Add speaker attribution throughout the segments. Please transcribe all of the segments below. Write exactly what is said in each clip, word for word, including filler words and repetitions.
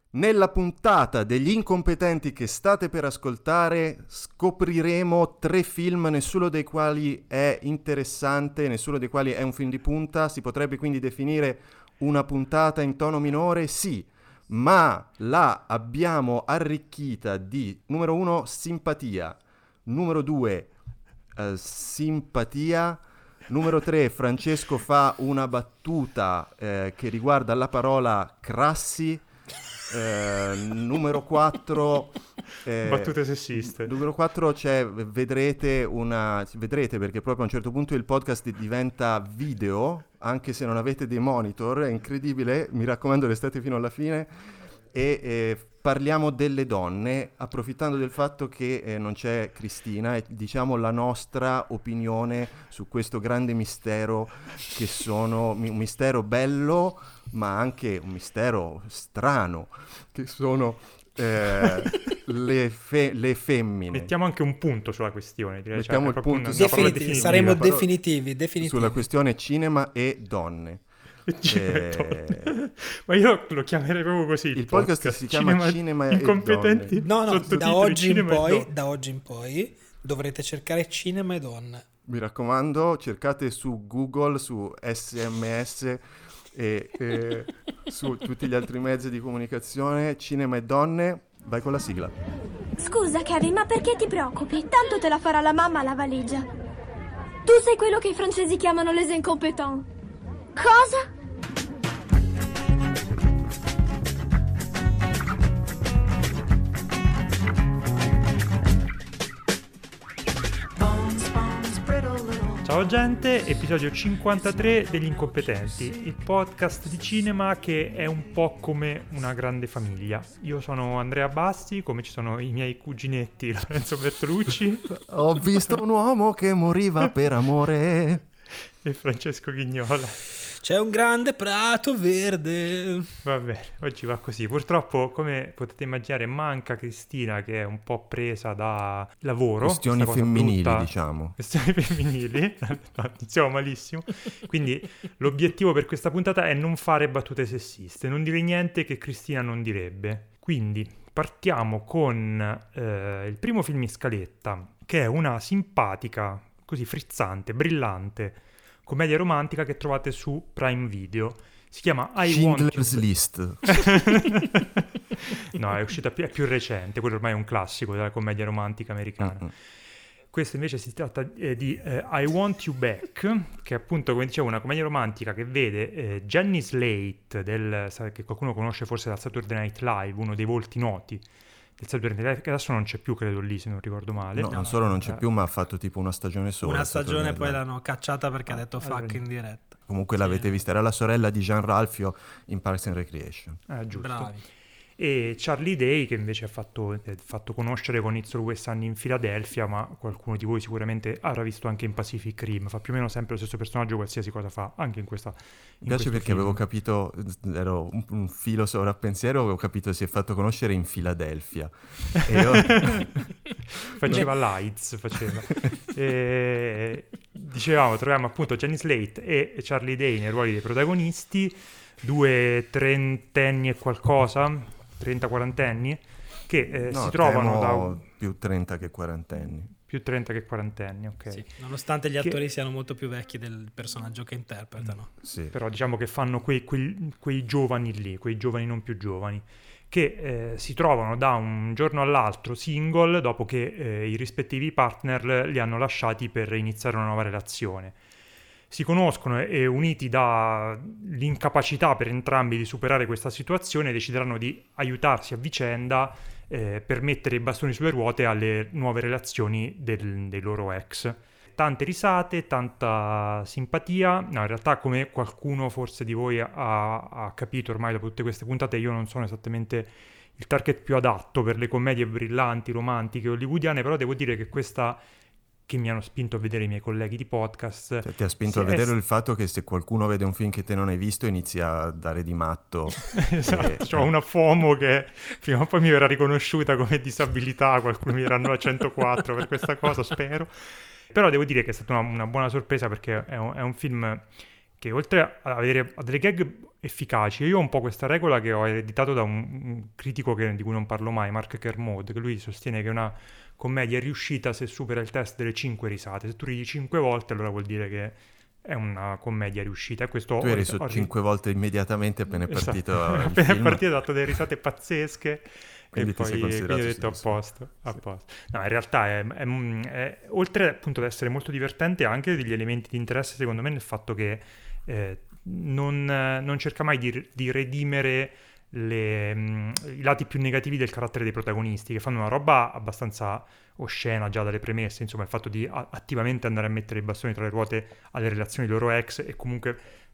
Speaker 1: Nella puntata degli incompetenti che state per ascoltare scopriremo tre film, nessuno dei quali è interessante, nessuno dei quali è un film di punta. Si potrebbe quindi definire una puntata in tono minore, sì, ma la abbiamo arricchita di, numero uno, simpatia, numero due, eh, simpatia, numero tre, Francesco fa una battuta eh, che riguarda la parola crassi. Eh, numero quattro
Speaker 2: eh, battute sessiste.
Speaker 1: Numero quattro c'è, vedrete una vedrete perché proprio a un certo punto il podcast diventa video, anche se non avete dei monitor, è incredibile, mi raccomando restate fino alla fine. E eh, parliamo delle donne, approfittando del fatto che eh, non c'è Cristina, e diciamo la nostra opinione su questo grande mistero, che sono un mistero bello ma anche un mistero strano, che sono eh, le, fe- le femmine.
Speaker 2: Mettiamo anche un punto sulla questione, direi.
Speaker 1: Mettiamo
Speaker 2: cioè,
Speaker 1: il punto,
Speaker 2: una,
Speaker 3: Definiti-
Speaker 2: una
Speaker 3: saremo
Speaker 1: parola,
Speaker 3: definitivi, definitivi
Speaker 1: sulla questione cinema e donne.
Speaker 2: Eh... ma io lo chiamerei proprio così il,
Speaker 1: il podcast, podcast si chiama Cinema, cinema e
Speaker 2: Incompetenti.
Speaker 3: No, no, da oggi, in poi, da oggi in poi dovrete cercare Cinema e Donne.
Speaker 1: Mi raccomando, cercate su Google, su S M S e, e su tutti gli altri mezzi di comunicazione Cinema e Donne. Vai con la sigla.
Speaker 4: Scusa Kevin, ma perché ti preoccupi? Tanto te la farà la mamma la valigia. Tu sei quello che i francesi chiamano les incompetents. Cosa?
Speaker 2: Ciao gente, episodio cinquantatré degli Incompetenti, il podcast di cinema che è un po' come una grande famiglia. Io sono Andrea Basti, come ci sono i miei cuginetti Lorenzo Bertolucci.
Speaker 1: Ho visto un uomo che moriva per amore.
Speaker 2: E Francesco Ghignola.
Speaker 3: C'è un grande prato verde.
Speaker 2: Va bene, oggi va così. Purtroppo, come potete immaginare, manca Cristina, che è un po' presa da lavoro.
Speaker 1: Questioni femminili, brutta. diciamo.
Speaker 2: Questioni femminili. Iniziamo malissimo. Quindi l'obiettivo per questa puntata è non fare battute sessiste, non dire niente che Cristina non direbbe. Quindi partiamo con eh, il primo film in scaletta, che è una simpatica, così frizzante, brillante commedia romantica che trovate su Prime Video. Si chiama I
Speaker 1: Schindler's
Speaker 2: Want You...
Speaker 1: List.
Speaker 2: No, è uscita più, è più recente, quello ormai è un classico della commedia romantica americana. Mm-hmm. Questo invece si tratta eh, di eh, I Want You Back, che è appunto, come dicevo, una commedia romantica che vede eh, Jenny Slate, del, che qualcuno conosce forse dal Saturday Night Live, uno dei volti noti del Saturday Night Live, che adesso non c'è più, credo, lì, se non ricordo male.
Speaker 1: No,
Speaker 2: no
Speaker 1: non solo non c'è eh. più, ma ha fatto tipo una stagione sola.
Speaker 3: Una stagione, poi l'hanno cacciata perché ah, ha detto fuck allora... in diretta.
Speaker 1: Comunque sì. L'avete vista, era la sorella di Jean Ralphio in Parks and Recreation.
Speaker 2: Eh, giusto.
Speaker 3: Bravi.
Speaker 2: E Charlie Day, che invece ha fatto, eh, fatto conoscere con It's Always Sunny in Philadelphia, ma qualcuno di voi sicuramente avrà visto anche in Pacific Rim. Fa più o meno sempre lo stesso personaggio, qualsiasi cosa fa, anche in questa.
Speaker 1: Mi piace perché film. avevo capito, ero un, un filo sovrappensiero, avevo capito si è fatto conoscere in Philadelphia. E io...
Speaker 2: faceva l'AIDS, faceva. E, dicevamo, troviamo appunto Jenny Slate e Charlie Day nei ruoli dei protagonisti, due trentenni e qualcosa. trenta quarantenni che eh,
Speaker 1: no,
Speaker 2: si trovano da
Speaker 1: più trenta che quarantenni
Speaker 2: più trenta che quarantenni, ok.
Speaker 3: Sì, nonostante gli
Speaker 2: che...
Speaker 3: attori siano molto più vecchi del personaggio che interpretano.
Speaker 1: Mm, sì.
Speaker 2: Però diciamo che fanno quei, quei, quei giovani lì, quei giovani non più giovani, che eh, si trovano da un giorno all'altro single dopo che eh, i rispettivi partner li hanno lasciati per iniziare una nuova relazione. Si conoscono e uniti dall'incapacità per entrambi di superare questa situazione decideranno di aiutarsi a vicenda eh, per mettere i bastoni sulle ruote alle nuove relazioni del, dei loro ex. Tante risate, tanta simpatia. No, in realtà, come qualcuno forse di voi ha, ha capito ormai dopo tutte queste puntate, io non sono esattamente il target più adatto per le commedie brillanti, romantiche, hollywoodiane, però devo dire che questa... che mi hanno spinto a vedere i miei colleghi di podcast.
Speaker 1: Cioè, ti ha spinto a vedere è... il fatto che se qualcuno vede un film che te non hai visto inizi a dare di matto.
Speaker 2: Esatto, e... ho una FOMO che prima o poi mi verrà riconosciuta come disabilità, qualcuno mi daranno la centoquattro per questa cosa, spero. Però devo dire che è stata una, una buona sorpresa perché è un, è un film che oltre a, avere, a delle gag efficaci. E io ho un po' questa regola che ho ereditato da un, un critico che, di cui non parlo mai, Mark Kermode, che lui sostiene che una commedia è riuscita se supera il test delle cinque risate. Se tu ridi cinque volte, allora vuol dire che è una commedia riuscita. E questo
Speaker 1: tu eri su cinque volte immediatamente appena è partito
Speaker 2: esatto.
Speaker 1: il
Speaker 2: appena
Speaker 1: film.
Speaker 2: è partito, ha dato delle risate pazzesche.
Speaker 1: Quindi
Speaker 2: e
Speaker 1: ti
Speaker 2: poi
Speaker 1: sei considerato
Speaker 2: quindi ho detto a posto, a posto. No, in realtà è, è, è, oltre appunto ad essere molto divertente, ha anche degli elementi di interesse secondo me nel fatto che eh, non, non cerca mai di, di redimere le, mh, i lati più negativi del carattere dei protagonisti, che fanno una roba abbastanza oscena già dalle premesse, insomma il fatto di a- attivamente andare a mettere i bastoni tra le ruote alle relazioni loro ex, e comunque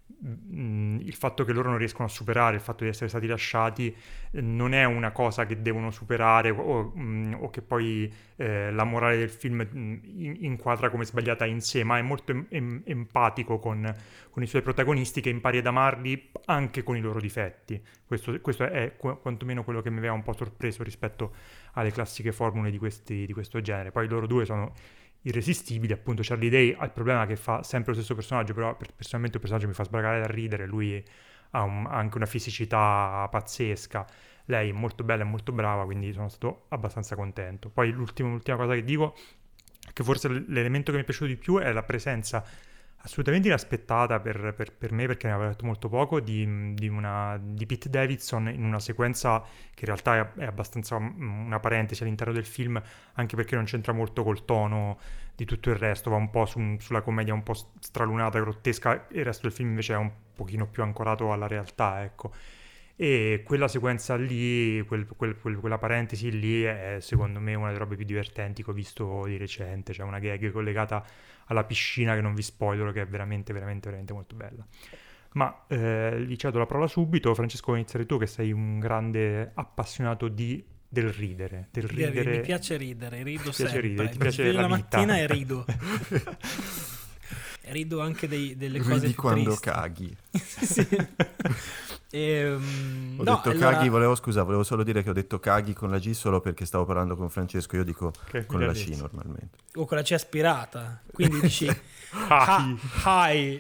Speaker 2: mh, il fatto che loro non riescono a superare il fatto di essere stati lasciati eh, non è una cosa che devono superare o, mh, o che poi eh, la morale del film mh, in- inquadra come sbagliata in sé, ma è molto em- em- empatico con, con i suoi protagonisti, che impari ad amarli anche con i loro difetti. Questo, questo è qu- quantomeno quello che mi aveva un po' sorpreso rispetto alle classiche formule di, questi, di questo genere. Poi loro due sono irresistibili, appunto Charlie Day ha il problema che fa sempre lo stesso personaggio, però per, personalmente il personaggio mi fa sbragare da ridere, lui ha, un, ha anche una fisicità pazzesca, lei è molto bella e molto brava, quindi sono stato abbastanza contento. Poi l'ultima, l'ultima cosa che dico, che forse l'elemento che mi è piaciuto di più è la presenza assolutamente inaspettata per, per, per me, perché ne avevo detto molto poco, di, di, una, di Pete Davidson in una sequenza che in realtà è, è abbastanza una parentesi all'interno del film, anche perché non c'entra molto col tono di tutto il resto, va un po' su, sulla commedia un po' stralunata, grottesca, e il resto del film invece è un pochino più ancorato alla realtà, ecco. E quella sequenza lì, quel, quel, quel, quella parentesi lì è secondo me una delle robe più divertenti che ho visto di recente, cioè una gag collegata alla piscina che non vi spoilerò, che è veramente veramente veramente molto bella. Ma eh, gli cedo la parola subito. Francesco, vuoi iniziare tu, che sei un grande appassionato di, del ridere, del ridere.
Speaker 3: Mi piace ridere, rido
Speaker 2: ti
Speaker 3: sempre.
Speaker 2: Piace ridere, ti piace
Speaker 3: la,
Speaker 2: la
Speaker 3: mattina e rido. Rido anche dei, delle
Speaker 1: Ridi
Speaker 3: cose più
Speaker 1: quando
Speaker 3: tristi.
Speaker 1: Caghi.
Speaker 3: Sì. E, um,
Speaker 1: ho
Speaker 3: no,
Speaker 1: detto
Speaker 3: allora...
Speaker 1: Caghi, volevo scusa, volevo solo dire che ho detto Caghi con la G solo perché stavo parlando con Francesco, io dico
Speaker 2: che
Speaker 1: con la C normalmente.
Speaker 3: O con la C aspirata, quindi dici hi. hi.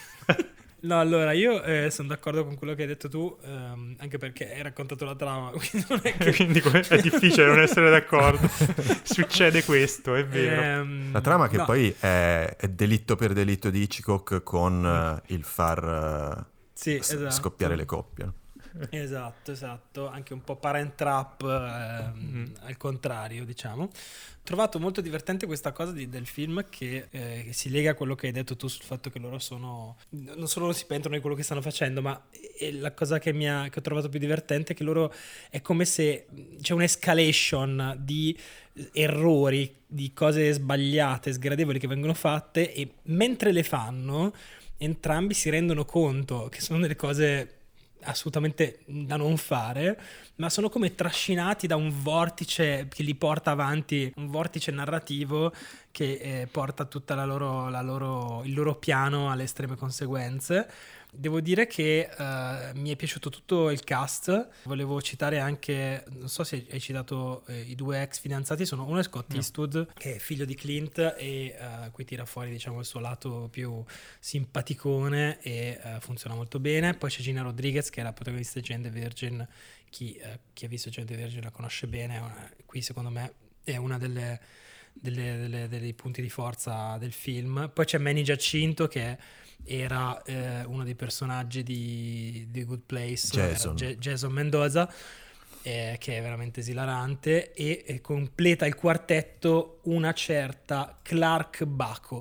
Speaker 3: No, allora io eh, sono d'accordo con quello che hai detto tu, ehm, anche perché hai raccontato la trama, quindi non è che...
Speaker 2: quindi è difficile non essere d'accordo. Succede questo, è vero.
Speaker 3: Ehm,
Speaker 1: La trama che
Speaker 3: no.
Speaker 1: poi è, è delitto per delitto di Hitchcock con uh, il far uh,
Speaker 3: sì,
Speaker 1: s-
Speaker 3: esatto.
Speaker 1: scoppiare le coppie. No?
Speaker 3: Esatto, esatto, anche un po' Parent Trap ehm,
Speaker 2: Mm.
Speaker 3: al contrario, diciamo. Ho trovato molto divertente questa cosa di, del film che, eh, che si lega a quello che hai detto tu sul fatto che loro sono, non solo si pentono di quello che stanno facendo, ma è la cosa che, mi ha, che ho trovato più divertente è che loro è come se c'è un'escalation di errori, di cose sbagliate, sgradevoli che vengono fatte, e mentre le fanno entrambi si rendono conto che sono delle cose assolutamente da non fare, ma sono come trascinati da un vortice che li porta avanti, un vortice narrativo che eh, porta tutta la loro, la loro, il loro piano alle estreme conseguenze. Devo dire che uh, mi è piaciuto tutto il cast. Volevo citare anche, non so se hai citato eh, i due ex fidanzati, sono uno è Scott
Speaker 2: No.
Speaker 3: Eastwood, che è figlio di Clint, e uh, qui tira fuori, diciamo, il suo lato più simpaticone e uh, funziona molto bene. Poi c'è Gina Rodriguez, che è la protagonista di Jane the Virgin. Chi, uh, chi ha visto Jane the Virgin la conosce bene. Una, qui secondo me è una delle, delle, delle, dei punti di forza del film. Poi c'è Manny Giacinto, che è era eh, uno dei personaggi di The Good Place,
Speaker 1: Jason,
Speaker 3: J- Jason Mendoza, eh, che è veramente esilarante, e, e completa il quartetto una certa Clark Bacco.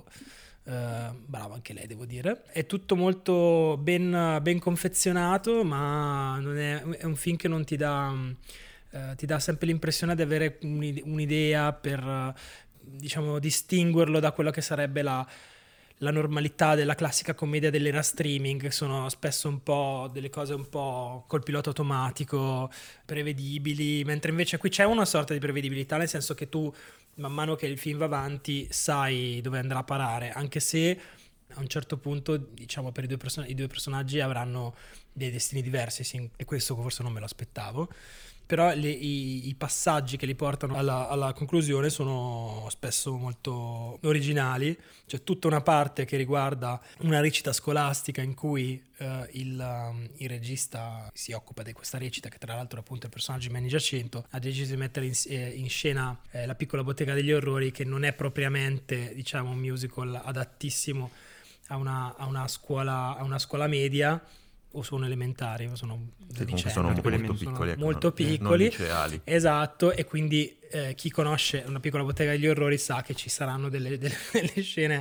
Speaker 3: Uh, brava anche lei, devo dire. È tutto molto ben, ben confezionato, ma non è, è un film che non ti dà uh, ti dà sempre l'impressione di avere un'idea per uh, diciamo distinguerlo da quello che sarebbe la la normalità della classica commedia dell'era streaming, che sono spesso un po' delle cose un po' col pilota automatico, prevedibili, mentre invece qui c'è una sorta di prevedibilità, nel senso che tu, man mano che il film va avanti, sai dove andrà a parare, anche se a un certo punto, diciamo, per i due, person- i due personaggi avranno dei destini diversi, sì, e questo forse non me lo aspettavo. però le, i, i passaggi che li portano alla, alla conclusione sono spesso molto originali. C'è tutta una parte che riguarda una recita scolastica in cui uh, il, um, il regista si occupa di questa recita, che tra l'altro appunto è il personaggio di Manny Giacinto, ha deciso di mettere in, eh, in scena eh, La piccola bottega degli orrori, che non è propriamente, diciamo, un musical adattissimo a una, a una scuola a una scuola media, o sono elementari, o sono
Speaker 1: sì, sono molto piccoli,
Speaker 3: sono
Speaker 1: ecco,
Speaker 3: molto
Speaker 1: non,
Speaker 3: piccoli,
Speaker 1: non liceali.
Speaker 3: Esatto, e quindi eh, chi conosce Una piccola bottega degli orrori sa che ci saranno delle, delle, delle scene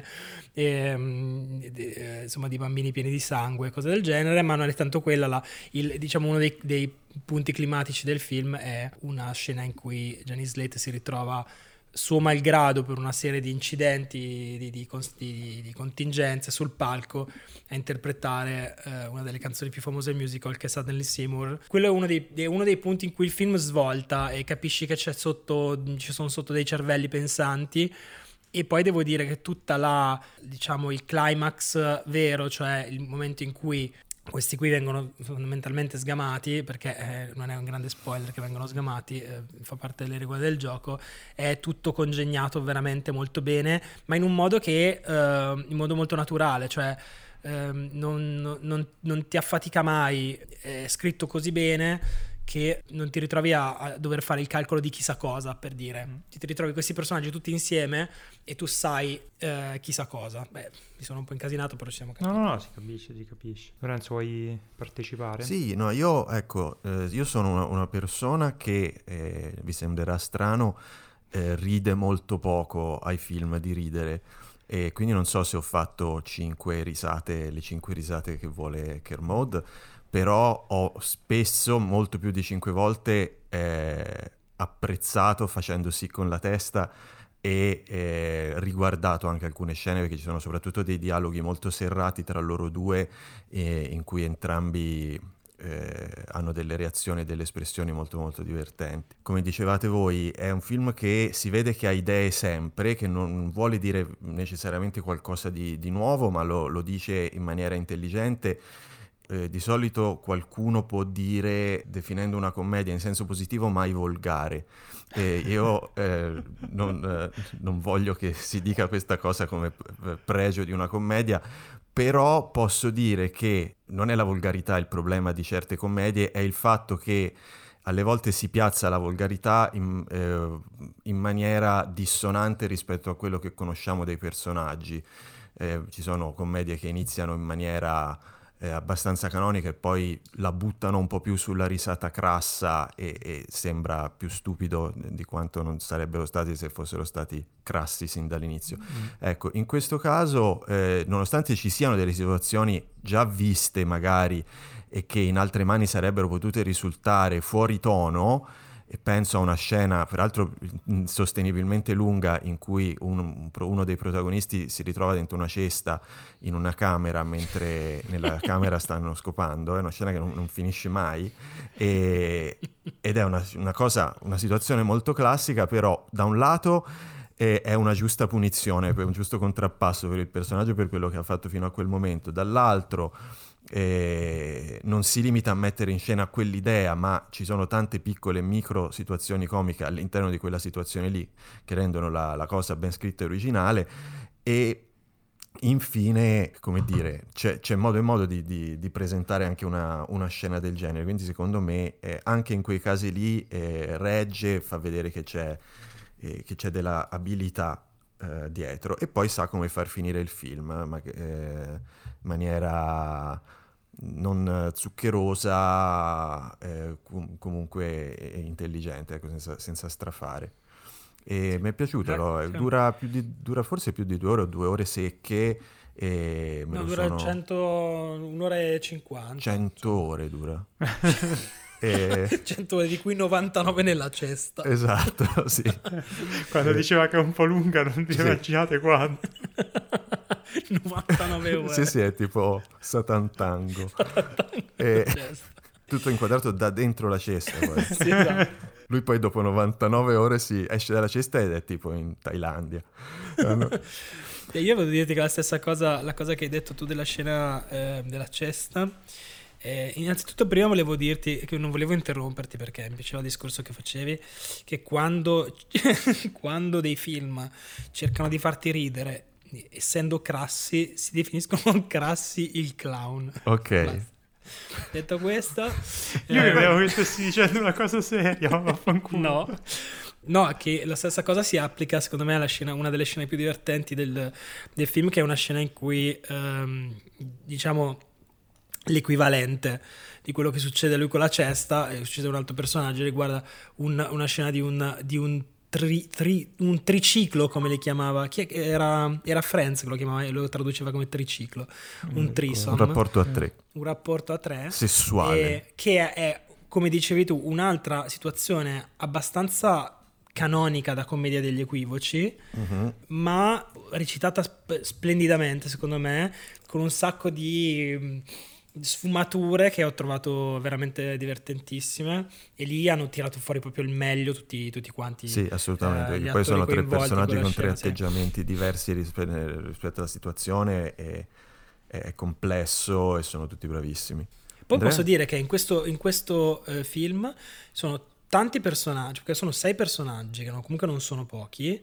Speaker 3: ehm, de, insomma di bambini pieni di sangue, cose del genere, ma non è tanto quella la, il, diciamo uno dei, dei punti climatici del film è una scena in cui Jenny Slate si ritrova suo malgrado per una serie di incidenti, di, di, di, di contingenze sul palco, a interpretare eh, una delle canzoni più famose del musical, che è Suddenly Seymour. Quello è uno dei, è uno dei punti in cui il film svolta e capisci che c'è sotto, ci sono sotto dei cervelli pensanti. E poi devo dire che tutta la, diciamo, il climax vero, cioè il momento in cui questi qui vengono fondamentalmente sgamati, perché eh, non è un grande spoiler che vengono sgamati, eh, fa parte delle regole del gioco, è tutto congegnato veramente molto bene, ma in un modo che eh, in modo molto naturale, cioè eh, non, non, non ti affatica mai, è scritto così bene che non ti ritrovi a, a dover fare il calcolo di chissà cosa, per dire. Mm. Ti, ti ritrovi questi personaggi tutti insieme e tu sai eh, chissà cosa. Beh, mi sono un po' incasinato, però ci siamo capiti.
Speaker 2: No, no, no, si capisce, si capisce. Lorenzo, vuoi partecipare?
Speaker 1: Sì, no, io, ecco, eh, io sono una, una persona che, eh, vi sembrerà strano, eh, ride molto poco ai film di ridere. E quindi non so se ho fatto cinque risate, le cinque risate che vuole Kermode, però ho spesso, molto più di cinque volte, eh, apprezzato facendo sì con la testa e eh, riguardato anche alcune scene, perché ci sono soprattutto dei dialoghi molto serrati tra loro due, eh, in cui entrambi eh, hanno delle reazioni e delle espressioni molto molto divertenti. Come dicevate voi, è un film che si vede che ha idee sempre, che non vuole dire necessariamente qualcosa di, di nuovo, ma lo, lo dice in maniera intelligente. Eh, di solito qualcuno può dire, definendo una commedia in senso positivo, mai volgare. E io eh, non, eh, non voglio che si dica questa cosa come pregio di una commedia, però posso dire che non è la volgarità il problema di certe commedie, è il fatto che alle volte si piazza la volgarità in, eh, in maniera dissonante rispetto a quello che conosciamo dei personaggi. Eh, ci sono commedie che iniziano in maniera eh, abbastanza canonica e poi la buttano un po' più sulla risata crassa e, e sembra più stupido di quanto non sarebbero stati se fossero stati crassi sin dall'inizio. Mm. Ecco, in questo caso, eh, nonostante ci siano delle situazioni già viste magari e che in altre mani sarebbero potute risultare fuori tono, e penso a una scena, peraltro insostenibilmente lunga, in cui un, uno dei protagonisti si ritrova dentro una cesta in una camera mentre nella camera stanno scopando, è una scena che non, non finisce mai, e, ed è una, una cosa, una situazione molto classica, però da un lato eh, è una giusta punizione, un giusto contrappasso per il personaggio per quello che ha fatto fino a quel momento, dall'altro Eh, non si limita a mettere in scena quell'idea, ma ci sono tante piccole micro situazioni comiche all'interno di quella situazione lì che rendono la, la cosa ben scritta e originale. E infine, come dire, c'è, c'è modo e modo di, di, di presentare anche una, una scena del genere, quindi secondo me eh, anche in quei casi lì eh, regge, fa vedere che c'è, eh, che c'è della abilità eh, dietro, e poi sa come far finire il film, ma eh, in maniera non zuccherosa, eh, com- comunque intelligente, ecco, senza, senza strafare. E mi è piaciuto, no? dura, più di, dura forse più di due ore o due ore secche. E me
Speaker 3: no,
Speaker 1: lo
Speaker 3: dura
Speaker 1: sono...
Speaker 3: cento, un'ora e cinquanta.
Speaker 1: cento ore dura. E...
Speaker 3: cento ore, di cui novantanove nella cesta.
Speaker 1: Esatto, sì.
Speaker 2: Quando diceva che è un po' lunga, non vi immaginate quanto.
Speaker 3: novantanove ore.
Speaker 1: Sì, sì, è tipo Satantango. E... tutto inquadrato da dentro la cesta. Poi.
Speaker 3: Sì, esatto.
Speaker 1: Lui poi dopo novantanove ore si esce dalla cesta ed è tipo in Thailandia.
Speaker 3: E io voglio dirti che la stessa cosa, la cosa che hai detto tu della scena eh, della cesta, Eh, innanzitutto prima volevo dirti che non volevo interromperti perché mi piaceva il discorso che facevi, che quando, quando dei film cercano di farti ridere, essendo crassi, si definiscono crassi il clown.
Speaker 1: Ok.
Speaker 3: Basta. Detto questo,
Speaker 2: io
Speaker 3: eh,
Speaker 2: credevo che stessi dicendo una cosa seria, ma vaffanculo.
Speaker 3: no, no, che la stessa cosa si applica secondo me alla scena, una delle scene più divertenti del, del film, che è una scena in cui ehm, diciamo l'equivalente di quello che succede a lui con la cesta e succede a un altro personaggio, riguarda un, una scena di un, di un Tri, tri, un triciclo, come le chiamava, chi è, era, era Friends che lo chiamava e lo traduceva come triciclo, un threesome,
Speaker 1: Un rapporto a tre.
Speaker 3: un rapporto a tre
Speaker 1: Sessuale.
Speaker 3: e, che è, è, come dicevi tu, un'altra situazione abbastanza canonica da commedia degli equivoci,
Speaker 1: Mhm.
Speaker 3: ma recitata sp- splendidamente secondo me, con un sacco di mh, sfumature che ho trovato veramente divertentississime, e lì hanno tirato fuori proprio il meglio tutti, tutti quanti.
Speaker 1: Sì, assolutamente,
Speaker 3: eh,
Speaker 1: perché
Speaker 3: gli
Speaker 1: poi
Speaker 3: attori
Speaker 1: sono tre
Speaker 3: coinvolti in
Speaker 1: personaggi
Speaker 3: quella
Speaker 1: con tre
Speaker 3: scena, sì.
Speaker 1: atteggiamenti diversi rispe- rispetto alla situazione, e è complesso e sono tutti bravissimi.
Speaker 3: Poi
Speaker 1: Andrea?
Speaker 3: posso dire che in questo, in questo eh, film sono tanti personaggi, perché sono sei personaggi, che non- comunque non sono pochi,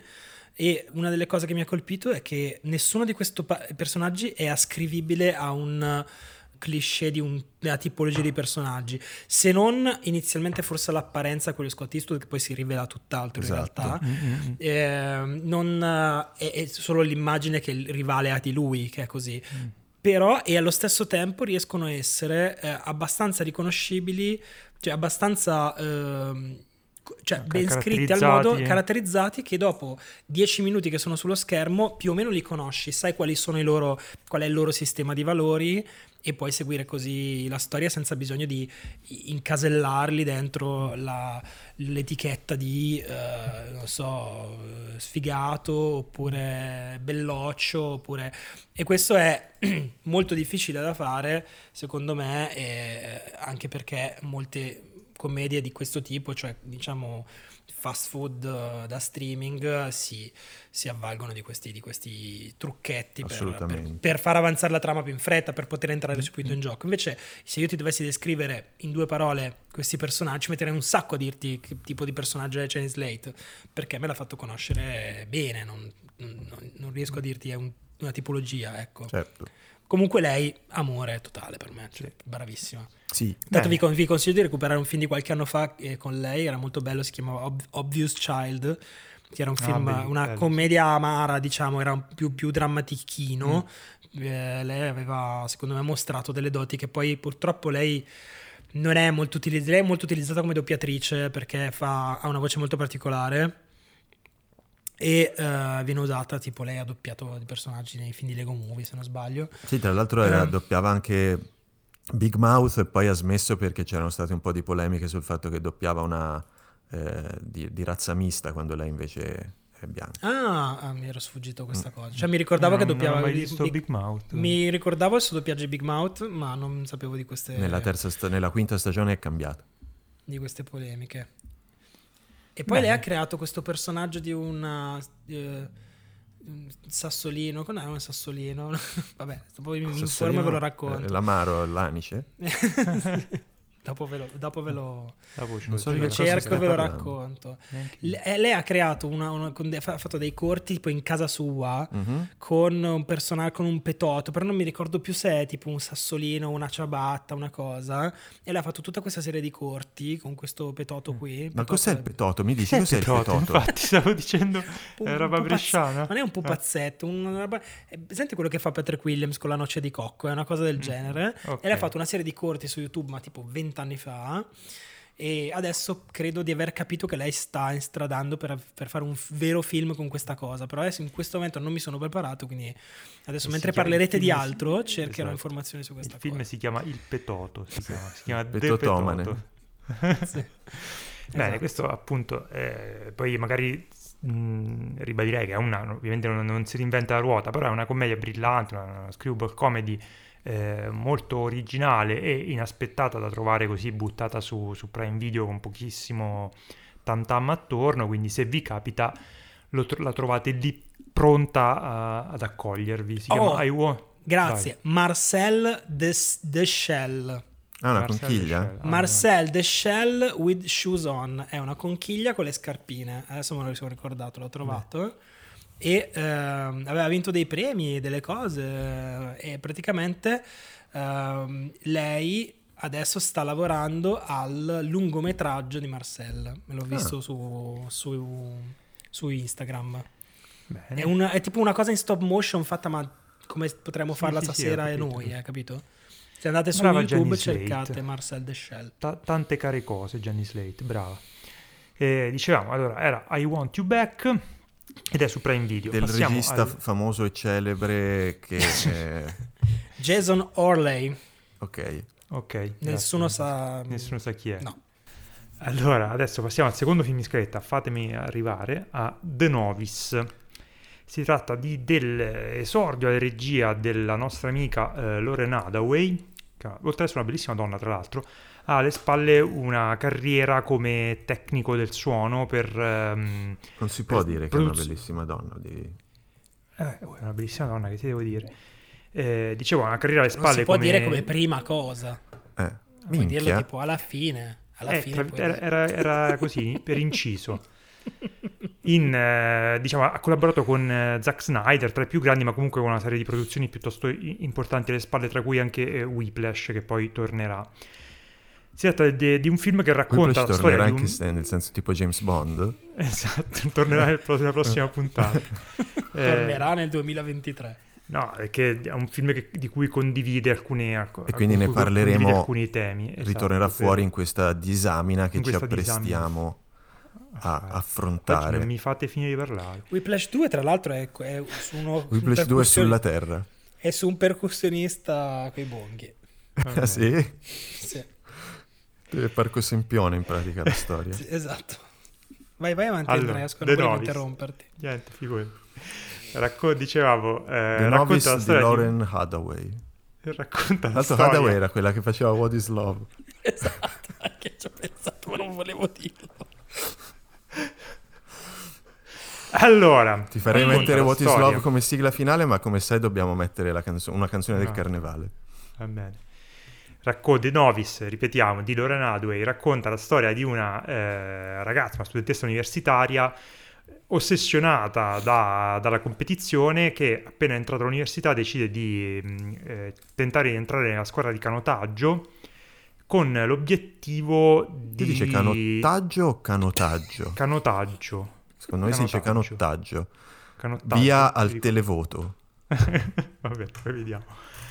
Speaker 3: e una delle cose che mi ha colpito è che nessuno di questi pa- personaggi è ascrivibile a un cliché di un- una tipologia di personaggi, se non inizialmente forse l'apparenza, quello Scott Eastwood, che poi si rivela tutt'altro
Speaker 1: Esatto.
Speaker 3: in realtà. Eh, non, eh, è, è solo l'immagine che il rivale ha di lui, che è così. Però, e allo stesso tempo riescono a essere eh, abbastanza riconoscibili, cioè abbastanza ehm, co- cioè, ben scritti al modo,
Speaker 2: Caratterizzati.
Speaker 3: caratterizzati, che dopo dieci minuti che sono sullo schermo più o meno li conosci, sai quali sono i loro, qual è il loro sistema di valori, e puoi seguire così la storia senza bisogno di incasellarli dentro la- l'etichetta di eh, non so, eh, sfigato oppure belloccio oppure... E questo è molto difficile da fare secondo me, eh, anche perché molte commedie di questo tipo, cioè diciamo fast food eh, da streaming, eh, si, si avvalgono di questi, di questi trucchetti per, per,
Speaker 1: Assolutamente.
Speaker 3: per far avanzare la trama più in fretta, per poter entrare subito in gioco. Invece se io ti dovessi descrivere in due parole questi personaggi, metterei un sacco a dirti che tipo di personaggio è Jane Slate, perché me l'ha fatto conoscere bene, non, non- non riesco a dirti è un- una tipologia, ecco.
Speaker 1: Certo.
Speaker 3: Comunque lei, amore totale per me, cioè, bravissima.
Speaker 1: Sì.
Speaker 3: Tanto vi,
Speaker 2: Bene.
Speaker 3: con- vi consiglio di recuperare un film di qualche anno fa eh, con lei, era molto bello, si chiamava Ob- Obvious Child, che era un
Speaker 2: Ah,
Speaker 3: film,
Speaker 2: bello,
Speaker 3: una
Speaker 2: bello,
Speaker 3: commedia amara, diciamo, era un più, più drammatichino. Eh, lei aveva, secondo me, mostrato delle doti che poi purtroppo lei non è molto utilizzata, lei è molto utilizzata come doppiatrice perché fa, ha una voce molto particolare. E eh, viene usata, tipo lei ha doppiato dei personaggi nei film di Lego Movie, se non sbaglio.
Speaker 1: Sì, tra l'altro era,
Speaker 3: Eh.
Speaker 1: doppiava anche Big Mouth, e poi ha smesso perché c'erano state un po' di polemiche sul fatto che doppiava una eh, di, di razza mista quando lei invece è bianca.
Speaker 3: Ah, ah, mi era sfuggito questa cosa. Cioè mi ricordavo che
Speaker 2: Non-
Speaker 3: doppiava
Speaker 2: Non ho mai
Speaker 3: Big-
Speaker 2: visto
Speaker 3: Big-
Speaker 2: Big Mouth.
Speaker 3: Mi ricordavo il suo doppiaggio di Big Mouth, ma non sapevo di queste,
Speaker 1: Nella, terza sta- nella quinta stagione è cambiata.
Speaker 3: di queste polemiche. E poi
Speaker 2: Bene.
Speaker 3: lei ha creato questo personaggio di una eh, un sassolino. Cos'è un sassolino? Vabbè, poi mi informo e ve lo racconto.
Speaker 1: Eh, L'amaro, l'anice.
Speaker 3: dopo ve lo, dopo ve lo,
Speaker 2: Dopo ce
Speaker 1: Non
Speaker 2: lo
Speaker 1: so di
Speaker 3: lo
Speaker 1: che cosa
Speaker 2: dico.
Speaker 3: cerco e
Speaker 1: stai
Speaker 3: ve lo
Speaker 1: parlando.
Speaker 3: racconto.
Speaker 2: Neanche io.
Speaker 3: Le- eh, lei ha creato una, una- con de- ha fatto dei corti tipo in casa sua
Speaker 1: Mhm.
Speaker 3: con un personaggio, con un petoto, però non mi ricordo più se è tipo un sassolino, una ciabatta, una cosa, e lei ha fatto tutta questa serie di corti con questo petoto qui.
Speaker 1: Ma
Speaker 3: Petoto
Speaker 1: cos'è il
Speaker 3: è-
Speaker 1: petoto? Mi dici
Speaker 2: Che
Speaker 1: cos'è il
Speaker 2: petoto?
Speaker 1: petoto?
Speaker 2: Infatti stavo dicendo
Speaker 3: un-
Speaker 2: è
Speaker 3: un
Speaker 2: roba
Speaker 3: pupazz-
Speaker 2: bresciana.
Speaker 3: Non è un pupazzetto, una roba- è presente quello che fa Patrick Williams con la noce di cocco, è una cosa del genere.
Speaker 2: ok.
Speaker 3: E lei ha fatto una serie di corti su YouTube, ma tipo vent'anni fa. E adesso credo di aver capito che lei sta instradando per, per fare un f- vero film con questa cosa. Però adesso in questo momento non mi sono preparato, quindi adesso
Speaker 2: Si
Speaker 3: mentre
Speaker 2: chiama-
Speaker 3: parlerete
Speaker 2: il
Speaker 3: di
Speaker 2: film si-
Speaker 3: altro cercherò
Speaker 2: esatto.
Speaker 3: informazioni su questa
Speaker 2: Il film
Speaker 3: cosa.
Speaker 2: si chiama Il Petoto, si chiama, si chiama The
Speaker 1: Petotomane.
Speaker 2: Petoto.
Speaker 3: Sì.
Speaker 2: Bene,
Speaker 3: Esatto.
Speaker 2: questo appunto, eh, poi magari mh, ribadirei che è una, ovviamente non, non si reinventa la ruota, però è una commedia brillante, una, una screwball comedy eh, molto originale e inaspettata da trovare così buttata su, su Prime Video con pochissimo tam tam attorno, quindi se vi capita lo tro- la trovate lì pronta a- ad accogliervi. Si
Speaker 3: Oh,
Speaker 2: chiama I Want...
Speaker 3: Grazie. Marcel Des- Deschelles.
Speaker 1: Ah, una
Speaker 2: Marcel
Speaker 1: conchiglia?
Speaker 2: Deschelles. Ah,
Speaker 3: Marcel Deschelles with shoes on. È una conchiglia con le scarpine. Adesso me lo sono ricordato, l'ho trovato. E ehm, aveva vinto dei premi, delle cose. E praticamente ehm, lei adesso sta lavorando al lungometraggio di Marcel. Me l'ho visto
Speaker 1: Ah.
Speaker 3: su, su, su Instagram.
Speaker 2: Bene.
Speaker 3: È, una- è tipo una cosa in stop motion fatta, ma come potremmo
Speaker 2: Sì,
Speaker 3: farla
Speaker 2: sì, sì,
Speaker 3: stasera
Speaker 2: ho
Speaker 3: e
Speaker 2: capito.
Speaker 3: noi, eh, capito? Se andate su
Speaker 2: Brava
Speaker 3: YouTube
Speaker 2: Jenny Slate.
Speaker 3: cercate Marcel Deschelles.
Speaker 2: Ta- tante care cose, Jenny Slate, brava. E dicevamo, allora, era I Want You Back ed è su Prime Video.
Speaker 1: Del
Speaker 2: Passiamo
Speaker 1: regista
Speaker 2: al-
Speaker 1: f- famoso e celebre che... eh,
Speaker 3: Jason Orley.
Speaker 1: ok.
Speaker 2: Ok. grazie.
Speaker 3: Nessuno sa...
Speaker 2: Nessuno sa chi è.
Speaker 3: No.
Speaker 2: Allora, adesso passiamo al secondo film in scaletta, fatemi arrivare a The Novice. Si tratta di dell'esordio alla regia della nostra amica eh, Lauren Hathaway, che oltre ad essere una bellissima donna tra l'altro, ha alle spalle una carriera come tecnico del suono per... ehm,
Speaker 1: Non si può
Speaker 2: per
Speaker 1: dire che è una
Speaker 2: produz-
Speaker 1: bellissima donna. Di...
Speaker 2: eh, è una bellissima donna, che ti devo dire? Eh, dicevo, una carriera alle
Speaker 3: Non
Speaker 2: spalle
Speaker 3: si può
Speaker 2: come...
Speaker 3: dire come prima cosa.
Speaker 1: Eh,
Speaker 3: Puoi dirlo
Speaker 1: minchia.
Speaker 3: tipo alla fine. Alla
Speaker 2: Eh,
Speaker 3: fine
Speaker 2: tra-
Speaker 3: puoi
Speaker 2: era,
Speaker 3: dire.
Speaker 2: era- era così, per inciso. In, eh, diciamo, ha collaborato con eh, Zack Snyder, tra i più grandi, ma comunque con una serie di produzioni piuttosto i- importanti alle spalle, tra cui anche eh, Whiplash, che poi tornerà. Si tratta di, di un film che racconta
Speaker 1: Whiplash
Speaker 2: la storia
Speaker 1: tornerà
Speaker 2: di un...
Speaker 1: anche se nel senso tipo James Bond.
Speaker 2: Esatto, tornerà nel pro- nella prossima puntata. Eh,
Speaker 3: Tornerà nel duemilaventitré.
Speaker 2: No, è che è un film che- di cui condivide alcune alc-
Speaker 1: E quindi ne
Speaker 2: con cui condivide
Speaker 1: parleremo,
Speaker 2: alcuni temi. Esatto,
Speaker 1: ritornerà
Speaker 2: per-
Speaker 1: fuori in questa disamina che
Speaker 2: in
Speaker 1: ci
Speaker 2: questa
Speaker 1: apprestiamo a
Speaker 2: Oggi
Speaker 1: affrontare.
Speaker 2: non mi fate finire di parlare.
Speaker 3: Whiplash due tra l'altro è, è su uno... su un
Speaker 1: Whiplash due
Speaker 3: percussioni-
Speaker 1: sulla terra.
Speaker 3: È su un percussionista coi bonghi.
Speaker 2: Vabbè.
Speaker 1: Ah sì?
Speaker 3: Sì,
Speaker 1: È Parco Sempione in pratica la storia.
Speaker 3: sì, esatto. Vai, vai avanti
Speaker 2: Allora,
Speaker 3: Andrea, scusa,
Speaker 2: The
Speaker 3: non volevo
Speaker 2: Novice.
Speaker 3: interromperti.
Speaker 2: Niente, figurati. Racco- dicevamo, eh,
Speaker 1: The
Speaker 2: racconta
Speaker 1: Novice
Speaker 2: la
Speaker 1: di
Speaker 2: storia
Speaker 1: Lauren Hathaway.
Speaker 2: di... Racconta
Speaker 1: Tra
Speaker 2: la
Speaker 1: l'altro
Speaker 2: storia.
Speaker 1: Hathaway era quella che faceva What is Love.
Speaker 3: Esatto, anche ci ho pensato, ma non volevo dirlo.
Speaker 2: Allora,
Speaker 1: Ti farei
Speaker 2: racconta
Speaker 1: mettere
Speaker 2: la
Speaker 1: What is
Speaker 2: storia.
Speaker 1: Love come sigla finale, ma come sai dobbiamo mettere la canzo- una canzone del
Speaker 2: No.
Speaker 1: carnevale.
Speaker 2: Va bene. Racconta The Novice, ripetiamo, di Lauren Hathaway, racconta la storia di una eh, ragazza, una studentessa universitaria ossessionata da- dalla competizione, che appena entrata all'università decide di mh, eh, tentare di entrare nella squadra di canotaggio con l'obiettivo
Speaker 1: Ti
Speaker 2: di...
Speaker 1: dice canottaggio o canotaggio?
Speaker 2: Canotaggio.
Speaker 1: Secondo me si dice
Speaker 2: Canotaggio.
Speaker 1: canottaggio.
Speaker 2: Canottaggio.
Speaker 1: Via al
Speaker 2: Ti dico-
Speaker 1: televoto.
Speaker 2: Vabbè, poi vediamo.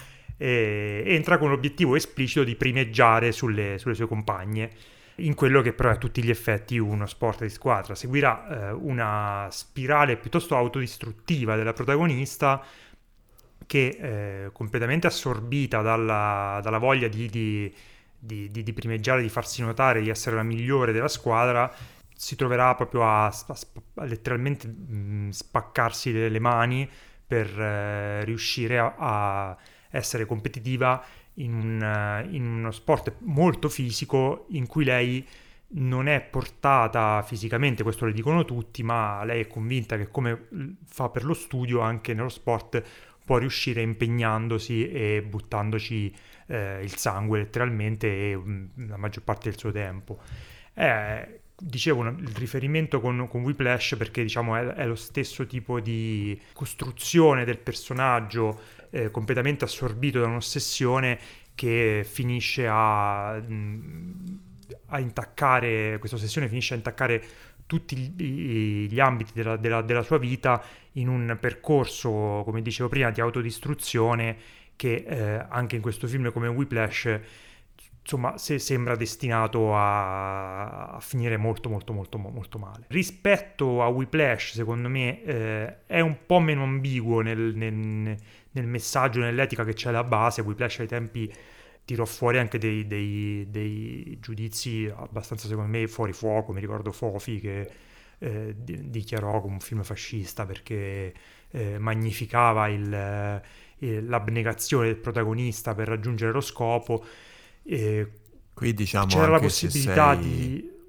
Speaker 2: E entra con l'obiettivo esplicito di primeggiare sulle, sulle sue compagne in quello che però è a tutti gli effetti uno sport di squadra. Seguirà eh, una spirale piuttosto autodistruttiva della protagonista che, eh, completamente assorbita dalla, dalla voglia di, di, di, di, di primeggiare, di farsi notare, di essere la migliore della squadra, si troverà proprio a, a, a letteralmente mh, spaccarsi le, le mani per eh, riuscire a, a essere competitiva in, un, in uno sport molto fisico in cui lei non è portata fisicamente, questo lo dicono tutti, ma lei è convinta che come fa per lo studio anche nello sport può riuscire impegnandosi e buttandoci eh, il sangue letteralmente e mh, la maggior parte del suo tempo. Eh, dicevo una- il riferimento con, con Whiplash perché diciamo è, è lo stesso tipo di costruzione del personaggio eh, completamente assorbito da un'ossessione che finisce a, mh, a intaccare, questa ossessione finisce a intaccare tutti gli, gli ambiti della, della, della sua vita in un percorso, come dicevo prima, di autodistruzione che eh, anche in questo film come Whiplash insomma se sembra destinato a, a finire molto molto molto molto male. Rispetto a Whiplash, secondo me eh, è un po' meno ambiguo nel, nel, nel messaggio, nell'etica che c'è alla base. Whiplash ai tempi tirò fuori anche dei, dei, dei giudizi abbastanza, secondo me, fuori fuoco. Mi ricordo Fofi che eh, di, dichiarò come un film fascista perché eh, magnificava il, il, l'abnegazione del protagonista per raggiungere lo scopo. E
Speaker 1: Qui diciamo
Speaker 2: c'era la
Speaker 1: anche se
Speaker 2: possibilità
Speaker 1: sei
Speaker 2: di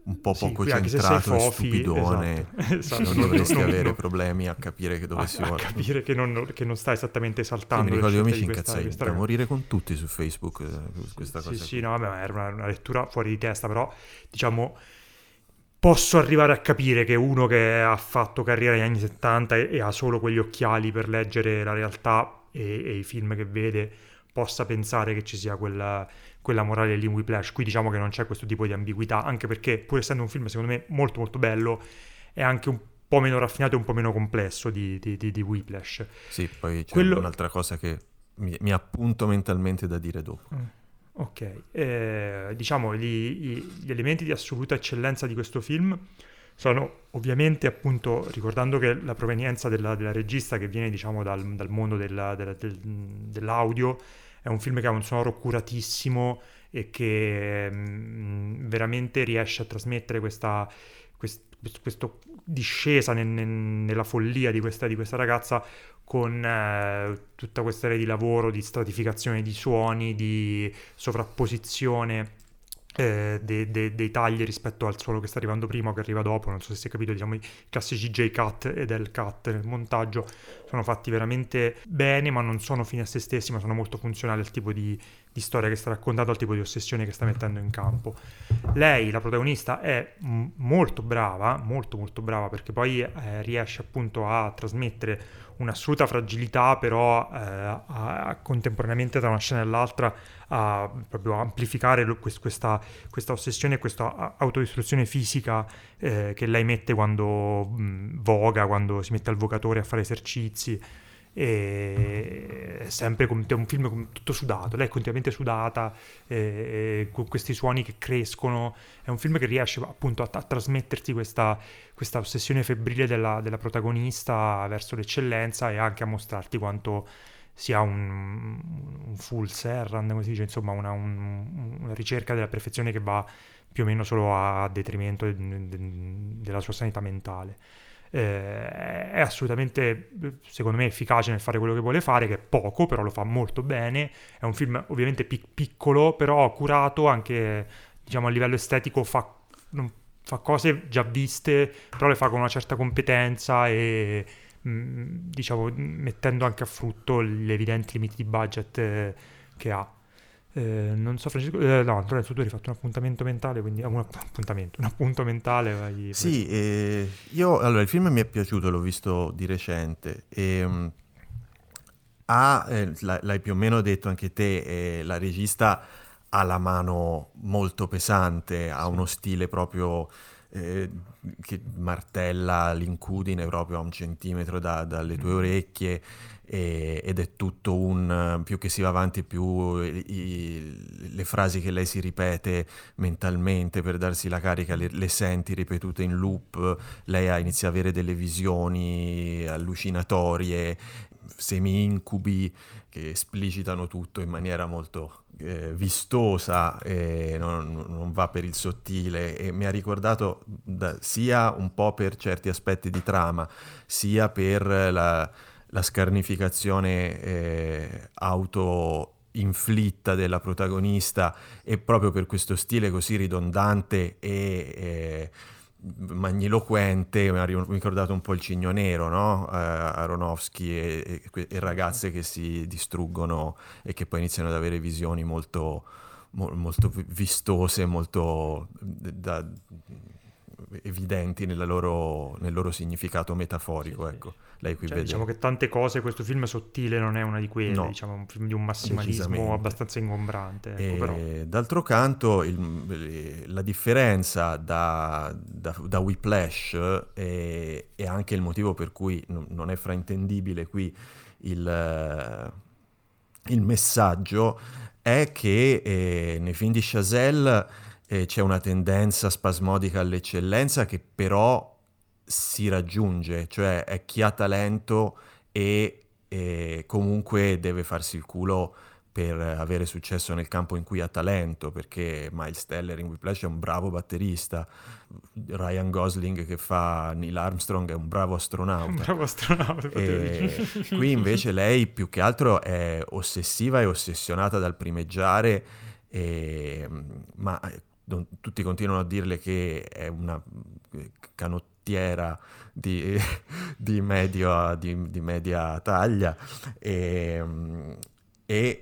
Speaker 1: un po'
Speaker 2: Sì,
Speaker 1: poco
Speaker 2: qui anche se sei
Speaker 1: centrato e
Speaker 2: fofi,
Speaker 1: stupidone,
Speaker 2: esatto, esatto,
Speaker 1: non
Speaker 2: non-
Speaker 1: dovresti
Speaker 2: non-
Speaker 1: avere
Speaker 2: non-
Speaker 1: problemi a capire che dove
Speaker 2: a,
Speaker 1: si
Speaker 2: a
Speaker 1: vuole.
Speaker 2: capire che non, che non sta esattamente
Speaker 1: Sì,
Speaker 2: esaltando
Speaker 1: mi
Speaker 2: le
Speaker 1: ricordo io mi
Speaker 2: scelte
Speaker 1: ci
Speaker 2: di questa, di
Speaker 1: incazzai
Speaker 2: questa
Speaker 1: da
Speaker 2: ragazza.
Speaker 1: morire con tutti su Facebook, eh, questa
Speaker 2: Sì,
Speaker 1: cosa
Speaker 2: sì,
Speaker 1: qui.
Speaker 2: no, vabbè, era una, una lettura fuori di testa, però diciamo posso arrivare a capire che uno che ha fatto carriera negli anni settanta e, e ha solo quegli occhiali per leggere la realtà e, e i film che vede possa pensare che ci sia quella, quella morale lì in Whiplash. Qui diciamo che non c'è questo tipo di ambiguità, anche perché pur essendo un film secondo me molto molto bello, è anche un po' meno raffinato e un po' meno complesso di, di, di, di Whiplash.
Speaker 1: Sì, poi c'è
Speaker 2: Quello-
Speaker 1: un'altra cosa che mi, mi appunto mentalmente da dire dopo.
Speaker 2: Mm. Ok, eh, diciamo gli, i- gli elementi di assoluta eccellenza di questo film sono ovviamente appunto, ricordando che la provenienza della, della regista che viene diciamo dal, dal mondo della- della- del- dell'audio, è un film che ha un sonoro curatissimo e che mm, veramente riesce a trasmettere questa, quest- questo discesa nel- nel- nella follia di questa, di questa ragazza con eh, tutta questa area di lavoro, di stratificazione di suoni, di sovrapposizione eh, de- de- dei tagli rispetto al suono che sta arrivando prima o che arriva dopo. Non so se si è capito, diciamo i classici J-cut ed L-cut nel montaggio sono fatti veramente bene, ma non sono fini a se stessi, ma sono molto funzionali al tipo di, di storia che sta raccontando, al tipo di ossessione che sta mettendo in campo. Lei, la protagonista, è m- molto brava, molto molto brava, perché poi eh, riesce appunto a trasmettere un'assoluta fragilità, però eh, a, a- contemporaneamente tra una scena e l'altra a proprio amplificare lo- quest- questa, questa ossessione e questa a- autodistruzione fisica eh, che lei mette quando mh, voga, quando si mette al vocatore a fare esercizi. E è sempre com- è un film com- tutto sudato, lei è continuamente sudata, e, e con questi suoni che crescono. È un film che riesce appunto a, a trasmetterti questa, questa ossessione febbrile della, della protagonista verso l'eccellenza e anche a mostrarti quanto sia un, un full serrand, come si dice, insomma una, un- una ricerca della perfezione che va più o meno solo a detrimento de- de- della sua sanità mentale. Eh, è assolutamente, secondo me, efficace nel fare quello che vuole fare, che è poco, però lo fa molto bene. È un film ovviamente pic- piccolo, però curato anche, diciamo, a livello estetico, fa, non- fa cose già viste, però le fa con una certa competenza e, mh, diciamo, mettendo anche a frutto gli evidenti limiti di budget eh, che ha. Eh, non so, Francesco, eh, no, Lorenzo, tu hai fatto un appuntamento mentale, quindi ah, un appuntamento, un appunto mentale. Vai,
Speaker 1: Sì, eh, io allora il film mi è piaciuto, l'ho visto di recente e mh, ha, eh, l'hai l'hai più o meno detto anche te, eh, la regista ha la mano molto pesante, ha uno stile proprio eh, che martella l'incudine proprio a un centimetro da- dalle tue orecchie e- ed è tutto un, più che si va avanti più i- i- le frasi che lei si ripete mentalmente per darsi la carica le, le senti ripetute in loop, lei ha, inizia a avere delle visioni allucinatorie, semi-incubi che esplicitano tutto in maniera molto eh, vistosa e non, non va per il sottile e mi ha ricordato da- sia un po' per certi aspetti di trama, sia per la, la scarnificazione eh, auto-inflitta della protagonista e proprio per questo stile così ridondante e eh, magniloquente, mi ha ri- ricordato un po' il Cigno Nero, no? Eh, Aronofsky e, e que- e ragazze che si distruggono e che poi iniziano ad avere visioni molto, mo- molto vi- vistose, molto da- evidenti nella loro- nel loro significato metaforico,
Speaker 2: Sì, sì.
Speaker 1: ecco. Lei qui
Speaker 2: Cioè,
Speaker 1: vede...
Speaker 2: diciamo che tante cose, questo film sottile non è una di quelle,
Speaker 1: No,
Speaker 2: diciamo, è un film di un massimalismo
Speaker 1: decisamente.
Speaker 2: abbastanza ingombrante, ecco, però.
Speaker 1: E d'altro canto il- la differenza da, da, da Whiplash è, è anche il motivo per cui non non è fraintendibile qui il, eh, il messaggio è che eh, nei film di Chazelle eh, c'è una tendenza spasmodica all'eccellenza che però si raggiunge, cioè è chi ha talento e, e comunque deve farsi il culo per avere successo nel campo in cui ha talento, perché Miles Teller in Whiplash è un bravo batterista, Ryan Gosling che fa Neil Armstrong è un bravo
Speaker 2: Un
Speaker 1: astronauta.
Speaker 2: bravo astronauta, potevo dire.
Speaker 1: E qui invece lei più che altro è ossessiva e ossessionata dal primeggiare, e- ma non, tutti continuano a dirle che è una canottiera di, di, medio, di, di media taglia, e, e,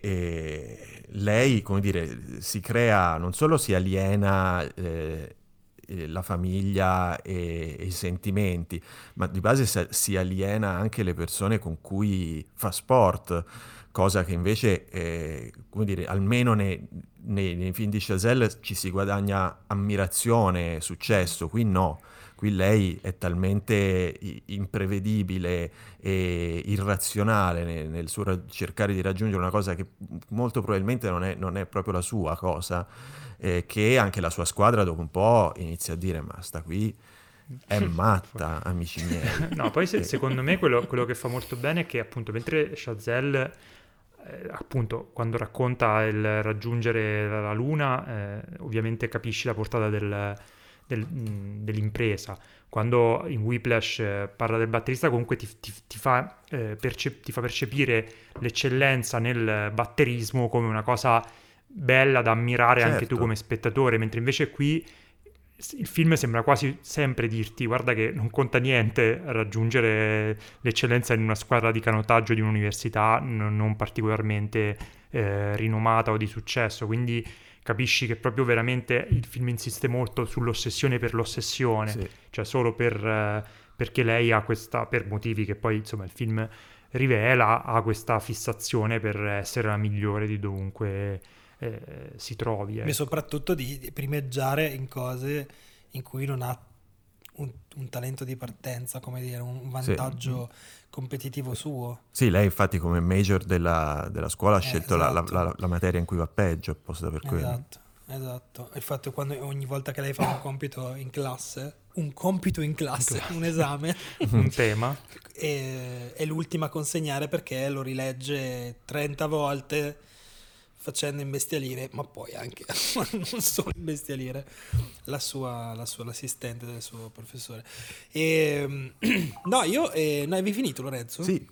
Speaker 1: e lei, come dire, si crea, non solo si aliena eh, la famiglia e, e i sentimenti, ma di base si aliena anche le persone con cui fa sport, cosa che invece, eh, come dire, almeno nei, nei, nei film di Chazelle ci si guadagna ammirazione, successo, qui no. Qui lei è talmente imprevedibile e irrazionale nel, nel suo ra- cercare di raggiungere una cosa che molto probabilmente non è, non è proprio la sua cosa, eh, che anche la sua squadra dopo un po' inizia a dire ma sta qui è matta, amici miei.
Speaker 2: No, poi se, secondo me quello, quello che fa molto bene è che appunto mentre Chazelle eh, appunto quando racconta il raggiungere la, la luna eh, ovviamente capisci la portata del Del, dell'impresa. Quando in Whiplash eh, parla del batterista comunque ti, ti, ti, fa, eh, percep- ti fa percepire l'eccellenza nel batterismo come una cosa bella da ammirare, certo, anche tu come spettatore, mentre invece qui il film sembra quasi sempre dirti guarda che non conta niente raggiungere l'eccellenza in una squadra di canottaggio di un'università n- non particolarmente eh, rinomata o di successo, quindi capisci che proprio veramente il film insiste molto sull'ossessione per l'ossessione, sì, cioè solo per, eh, perché lei ha questa, per motivi che poi insomma il film rivela, ha questa fissazione per essere la migliore di dovunque eh, si trovi. Ecco.
Speaker 3: E soprattutto di, di primeggiare in cose in cui non ha un, un talento di partenza, come dire, un vantaggio sì. competitivo suo.
Speaker 1: Sì, lei infatti come major della, della scuola ha
Speaker 3: eh,
Speaker 1: scelto
Speaker 3: esatto.
Speaker 1: la, la, la materia in cui va peggio, apposta per quello.
Speaker 3: Esatto, esatto. Il fatto è quando ogni volta che lei fa un compito in classe, un compito in classe, un esame,
Speaker 2: un tema,
Speaker 3: è, è l'ultima a consegnare perché lo rilegge trenta volte facendo imbestialire, ma poi anche non solo imbestialire la sua, la sua l'assistente del suo professore. E, no, io eh, no, avevi finito, Lorenzo?
Speaker 1: Sì.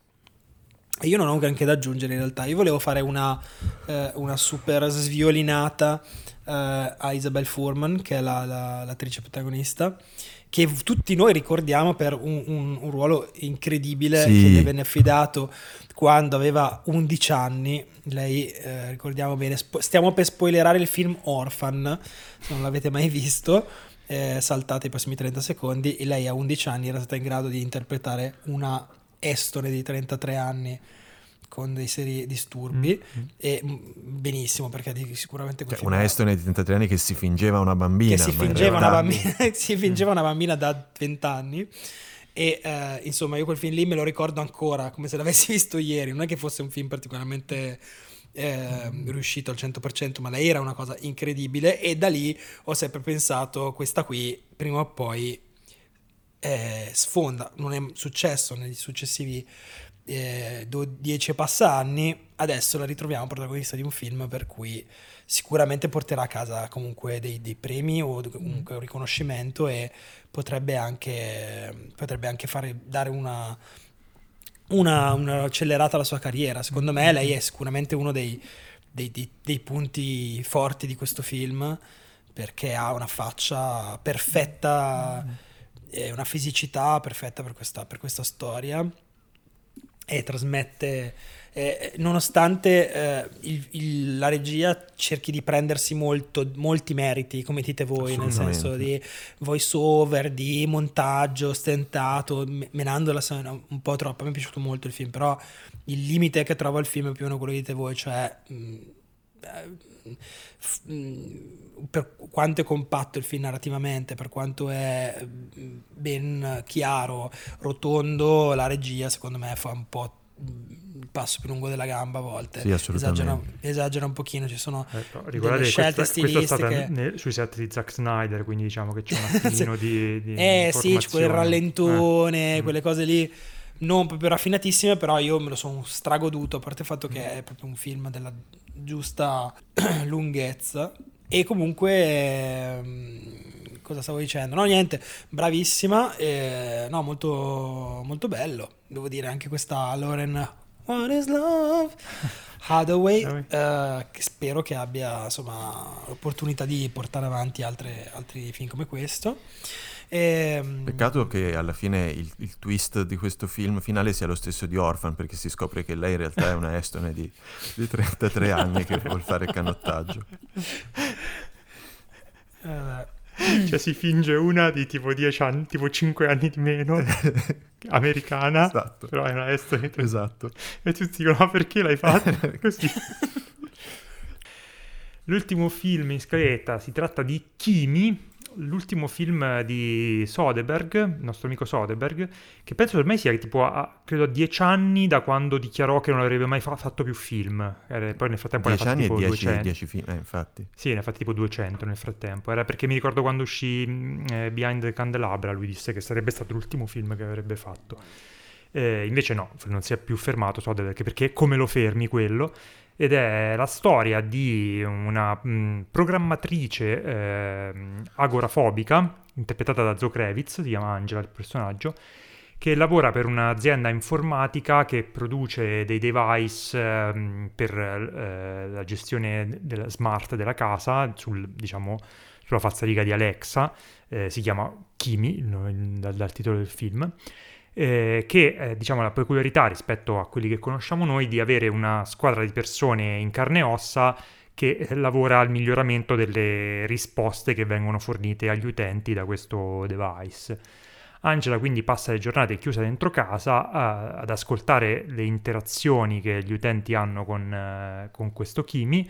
Speaker 3: Io non ho granché da aggiungere in realtà. Io volevo fare una, eh, una super sviolinata eh, a Isabelle Fuhrman, che è la, la, l'attrice protagonista, che tutti noi ricordiamo per un, un, un ruolo incredibile, sì, che le venne affidato quando aveva undici anni. Lei, eh, ricordiamo bene, spo- stiamo per spoilerare il film Orphan, se non l'avete mai visto, eh, saltate i prossimi trenta secondi, e lei a undici anni era stata in grado di interpretare una estone di trentatré anni con dei seri disturbi, mm-hmm. e benissimo, perché di, sicuramente
Speaker 1: cioè, una estone di trentatré anni che si fingeva una bambina,
Speaker 3: che si fingeva una bambina si fingeva una bambina da venti anni. E eh, insomma io quel film lì me lo ricordo ancora come se l'avessi visto ieri. Non è che fosse un film particolarmente eh, riuscito al cento per cento, ma lei era una cosa incredibile, e da lì ho sempre pensato questa qui prima o poi eh, sfonda. Non è successo negli successivi eh, dieci e passa anni, adesso la ritroviamo protagonista di un film per cui sicuramente porterà a casa comunque dei, dei premi o comunque un riconoscimento, e potrebbe anche potrebbe anche fare dare una una, una accelerata alla sua carriera. Secondo me lei è sicuramente uno dei, dei, dei, dei punti forti di questo film, perché ha una faccia perfetta e una fisicità perfetta per questa, per questa storia, e trasmette eh, nonostante eh, il, il, la regia cerchi di prendersi molto, molti meriti, come dite voi, nel senso di voice over, di montaggio stentato, menandola un po' troppo. A me è piaciuto molto il film, però il limite che trovo al film è più o meno quello che dite voi, cioè mh, mh, per quanto è compatto il film narrativamente, per quanto è ben chiaro, rotondo, la regia secondo me fa un po' il passo più lungo della gamba a volte.
Speaker 1: Sì, assolutamente.
Speaker 3: Esagera, esagera un pochino, ci sono
Speaker 2: ecco, delle scelte questa, stilistiche. Questa è stata nel, sui set di Zack Snyder, quindi diciamo che c'è un attimino di, di
Speaker 3: eh sì, c'è quel rallentone,
Speaker 2: eh.
Speaker 3: quelle cose lì non proprio raffinatissime, però io me lo sono stragoduto, a parte il fatto che è proprio un film della giusta lunghezza. E comunque ehm, cosa stavo dicendo? No, niente, bravissima, eh, no, molto molto bello, devo dire. Anche questa Lauren What is love? Hathaway, uh, che spero che abbia insomma l'opportunità di portare avanti altre, altri film come questo. E,
Speaker 1: peccato che alla fine il, il twist di questo film finale sia lo stesso di Orphan, perché si scopre che lei in realtà è una estone di, di trentatré anni che vuol fare canottaggio.
Speaker 3: Uh,
Speaker 2: cioè si finge una di tipo dieci anni, tipo cinque anni di meno, americana,
Speaker 1: esatto.
Speaker 2: Però è una estone.
Speaker 1: Esatto.
Speaker 2: E tutti dicono, ma perché l'hai fatto? Così. L'ultimo film in scaletta si tratta di Kimi, l'ultimo film di Soderbergh, il nostro amico Soderbergh, che penso ormai sia tipo a, credo a dieci anni da quando dichiarò che non avrebbe mai fa- fatto più film. Era, poi nel frattempo ne ha fatti tipo duecento.
Speaker 1: dieci film, eh, infatti.
Speaker 2: Sì, ne ha fatti tipo duecento nel frattempo. Era perché mi ricordo quando uscì eh, Behind the Candelabra, lui disse che sarebbe stato l'ultimo film che avrebbe fatto. Eh, invece no, non si è più fermato Soderbergh, perché come lo fermi quello? Ed è la storia di una mh, programmatrice eh, agorafobica, interpretata da Zoe Kravitz, si chiama Angela il personaggio, che lavora per un'azienda informatica che produce dei device eh, per eh, la gestione della smart della casa, sul, diciamo, sulla falsariga di Alexa, eh, si chiama Kimi, il, dal, dal titolo del film. Eh, che eh, diciamo la peculiarità rispetto a quelli che conosciamo noi di avere una squadra di persone in carne e ossa che eh, lavora al miglioramento delle risposte che vengono fornite agli utenti da questo device. Angela quindi passa le giornate chiusa dentro casa a, ad ascoltare le interazioni che gli utenti hanno con, eh, con questo Kimi,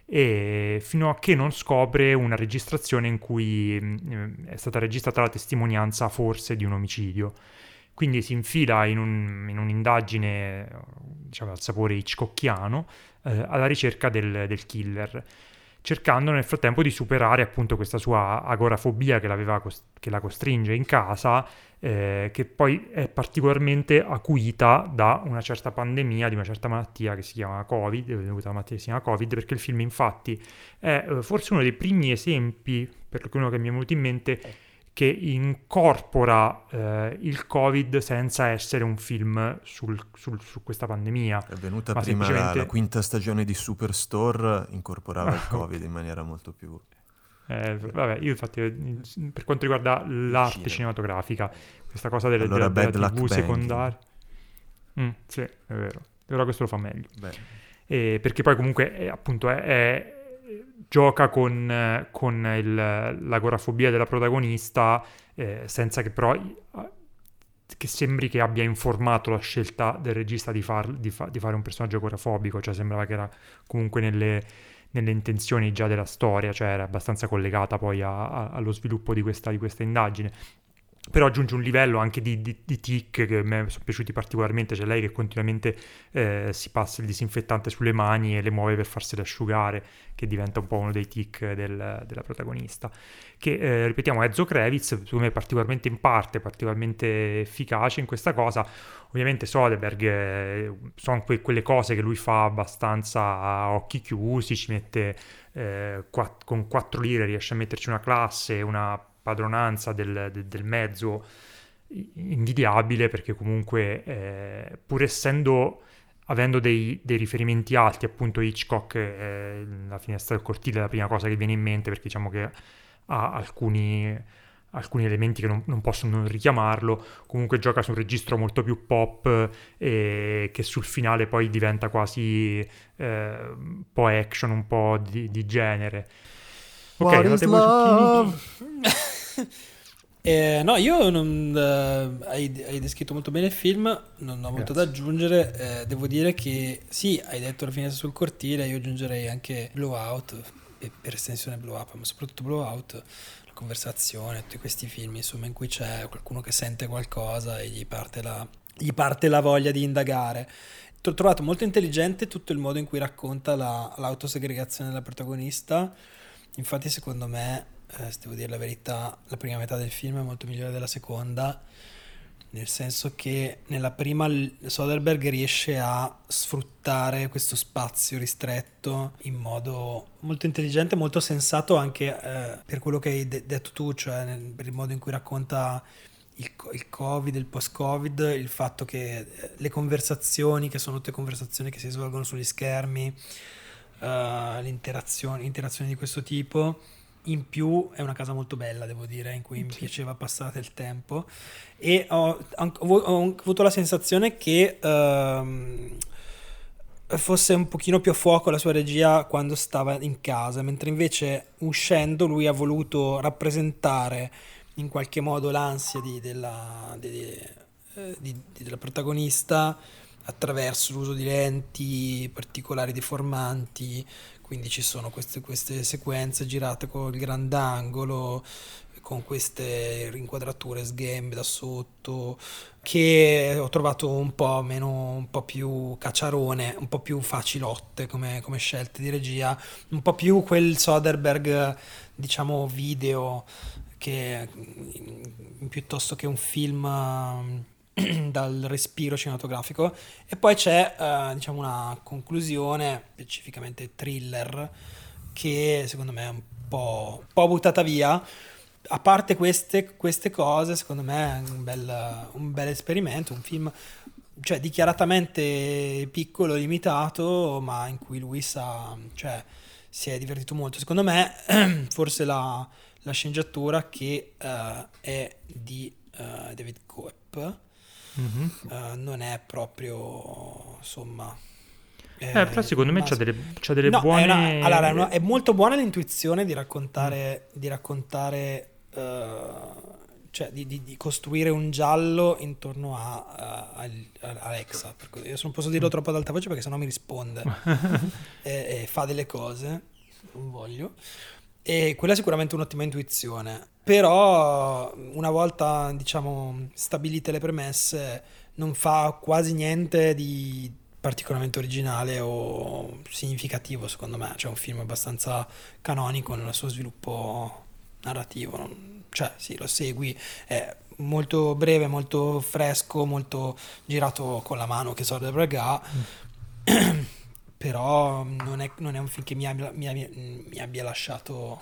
Speaker 2: e fino a che non scopre una registrazione in cui mh, è stata registrata la testimonianza forse di un omicidio. Quindi si infila in, un, in un'indagine, diciamo, al sapore hitchcockiano, eh, alla ricerca del, del killer, cercando nel frattempo di superare appunto questa sua agorafobia che, l'aveva, che la costringe in casa, eh, che poi è particolarmente acuita da una certa pandemia, di una certa malattia che si chiama Covid, è venuta la malattia che si chiama Covid, perché il film infatti è eh, forse uno dei primi esempi, per quello che mi è venuto in mente, che incorpora eh, il Covid senza essere un film sul, sul, su questa pandemia.
Speaker 1: È venuta
Speaker 2: ma
Speaker 1: prima
Speaker 2: semplicemente...
Speaker 1: la, la quinta stagione di Superstore, incorporava il Covid in maniera molto più...
Speaker 2: Eh, vabbè, io infatti per quanto riguarda l'arte
Speaker 1: Cinema.
Speaker 2: cinematografica, questa cosa delle,
Speaker 1: allora,
Speaker 2: della,
Speaker 1: Bad
Speaker 2: della tivù
Speaker 1: Luck
Speaker 2: secondaria... Mm, sì, è vero. Però questo lo fa meglio.
Speaker 1: Eh,
Speaker 2: perché poi comunque è, appunto è... è gioca con, con il, l'agorafobia della protagonista eh, senza che però che sembri che abbia informato la scelta del regista di, far, di, fa, di fare un personaggio agorafobico, cioè sembrava che era comunque nelle, nelle intenzioni già della storia, cioè era abbastanza collegata poi a, a, allo sviluppo di questa, di questa indagine. Però aggiunge un livello anche di, di, di tic che a me sono piaciuti particolarmente. C'è lei che continuamente eh, si passa il disinfettante sulle mani e le muove per farsele asciugare, che diventa un po' uno dei tic del, della protagonista, che eh, ripetiamo è Zoe Kravitz, secondo me particolarmente in parte, particolarmente efficace in questa cosa. Ovviamente Soderbergh eh, sono que- quelle cose che lui fa abbastanza a occhi chiusi, ci mette eh, quatt- con quattro lire riesce a metterci una classe, una padronanza del, del, del mezzo invidiabile, perché comunque eh, pur essendo avendo dei, dei riferimenti alti, appunto Hitchcock, eh, La finestra del cortile è la prima cosa che viene in mente, perché diciamo che ha alcuni, alcuni elementi che non, non possono non richiamarlo. Comunque gioca su un registro molto più pop e che sul finale poi diventa quasi eh, un po' action, un po' di, di genere. Ok,
Speaker 1: What is love?
Speaker 3: eh, no, io non, eh, hai, hai descritto molto bene il film, non ho molto
Speaker 2: Grazie.
Speaker 3: da aggiungere. Eh, devo dire che sì, hai detto La finestra sul cortile, io aggiungerei anche Blowout, e per estensione Blow Up, ma soprattutto Blowout, La conversazione, tutti questi film insomma in cui c'è qualcuno che sente qualcosa e gli parte la, gli parte la voglia di indagare. Ho trovato molto intelligente tutto il modo in cui racconta la, l'autosegregazione della protagonista. Infatti secondo me, eh, se devo dire la verità, la prima metà del film è molto migliore della seconda, nel senso che nella prima Soderbergh riesce a sfruttare questo spazio ristretto in modo molto intelligente, molto sensato anche eh, per quello che hai de- detto tu, cioè nel, per il modo in cui racconta il, il Covid, il post-Covid, il fatto che le conversazioni, che sono tutte conversazioni che si svolgono sugli schermi, uh, l'interazione, interazioni di questo tipo. In più è una casa molto bella, devo dire, in cui mi
Speaker 2: Sì.
Speaker 3: piaceva passare del tempo, e ho, ho, ho avuto la sensazione che uh, fosse un pochino più a fuoco la sua regia quando stava in casa, mentre invece uscendo lui ha voluto rappresentare in qualche modo l'ansia di, della, di, di, di, della protagonista attraverso l'uso di lenti particolari deformanti. Quindi ci sono queste, queste sequenze girate con il grandangolo, con queste inquadrature sghembe da sotto, che ho trovato un po' meno, un po' più cacciarone, un po' più facilotte come, come scelte di regia, un po' più quel Soderbergh, diciamo, video, che piuttosto che un film dal respiro cinematografico. E poi c'è uh, diciamo una conclusione specificamente thriller che secondo me è un po', un po' buttata via. A parte queste, queste cose, secondo me è un bel, un bel esperimento, un film, cioè, dichiaratamente piccolo, limitato, ma in cui lui sa, cioè, si è divertito molto. Secondo me forse la, la sceneggiatura, che uh, è di uh, David Coep,
Speaker 2: Mm-hmm.
Speaker 3: Uh, non è proprio, insomma,
Speaker 2: eh, eh, però secondo me c'ha delle, c'ha delle
Speaker 3: no,
Speaker 2: buone
Speaker 3: è, una, allora, è, una, è molto buona l'intuizione di raccontare mm. di raccontare uh, cioè di, di, di costruire un giallo intorno a, a, a Alexa. Io non posso dirlo troppo ad alta voce perché sennò mi risponde e, e fa delle cose, non voglio. E quella è sicuramente un'ottima intuizione, però una volta, diciamo, stabilite le premesse, non fa quasi niente di particolarmente originale o significativo, secondo me. Cioè, è un film abbastanza canonico nel suo sviluppo narrativo, non, cioè sì, lo segui, è molto breve, molto fresco, molto girato con la mano, che Soderbergh ha. Mm. Però non è, non è un film che mi abbia, mi abbia, mi abbia lasciato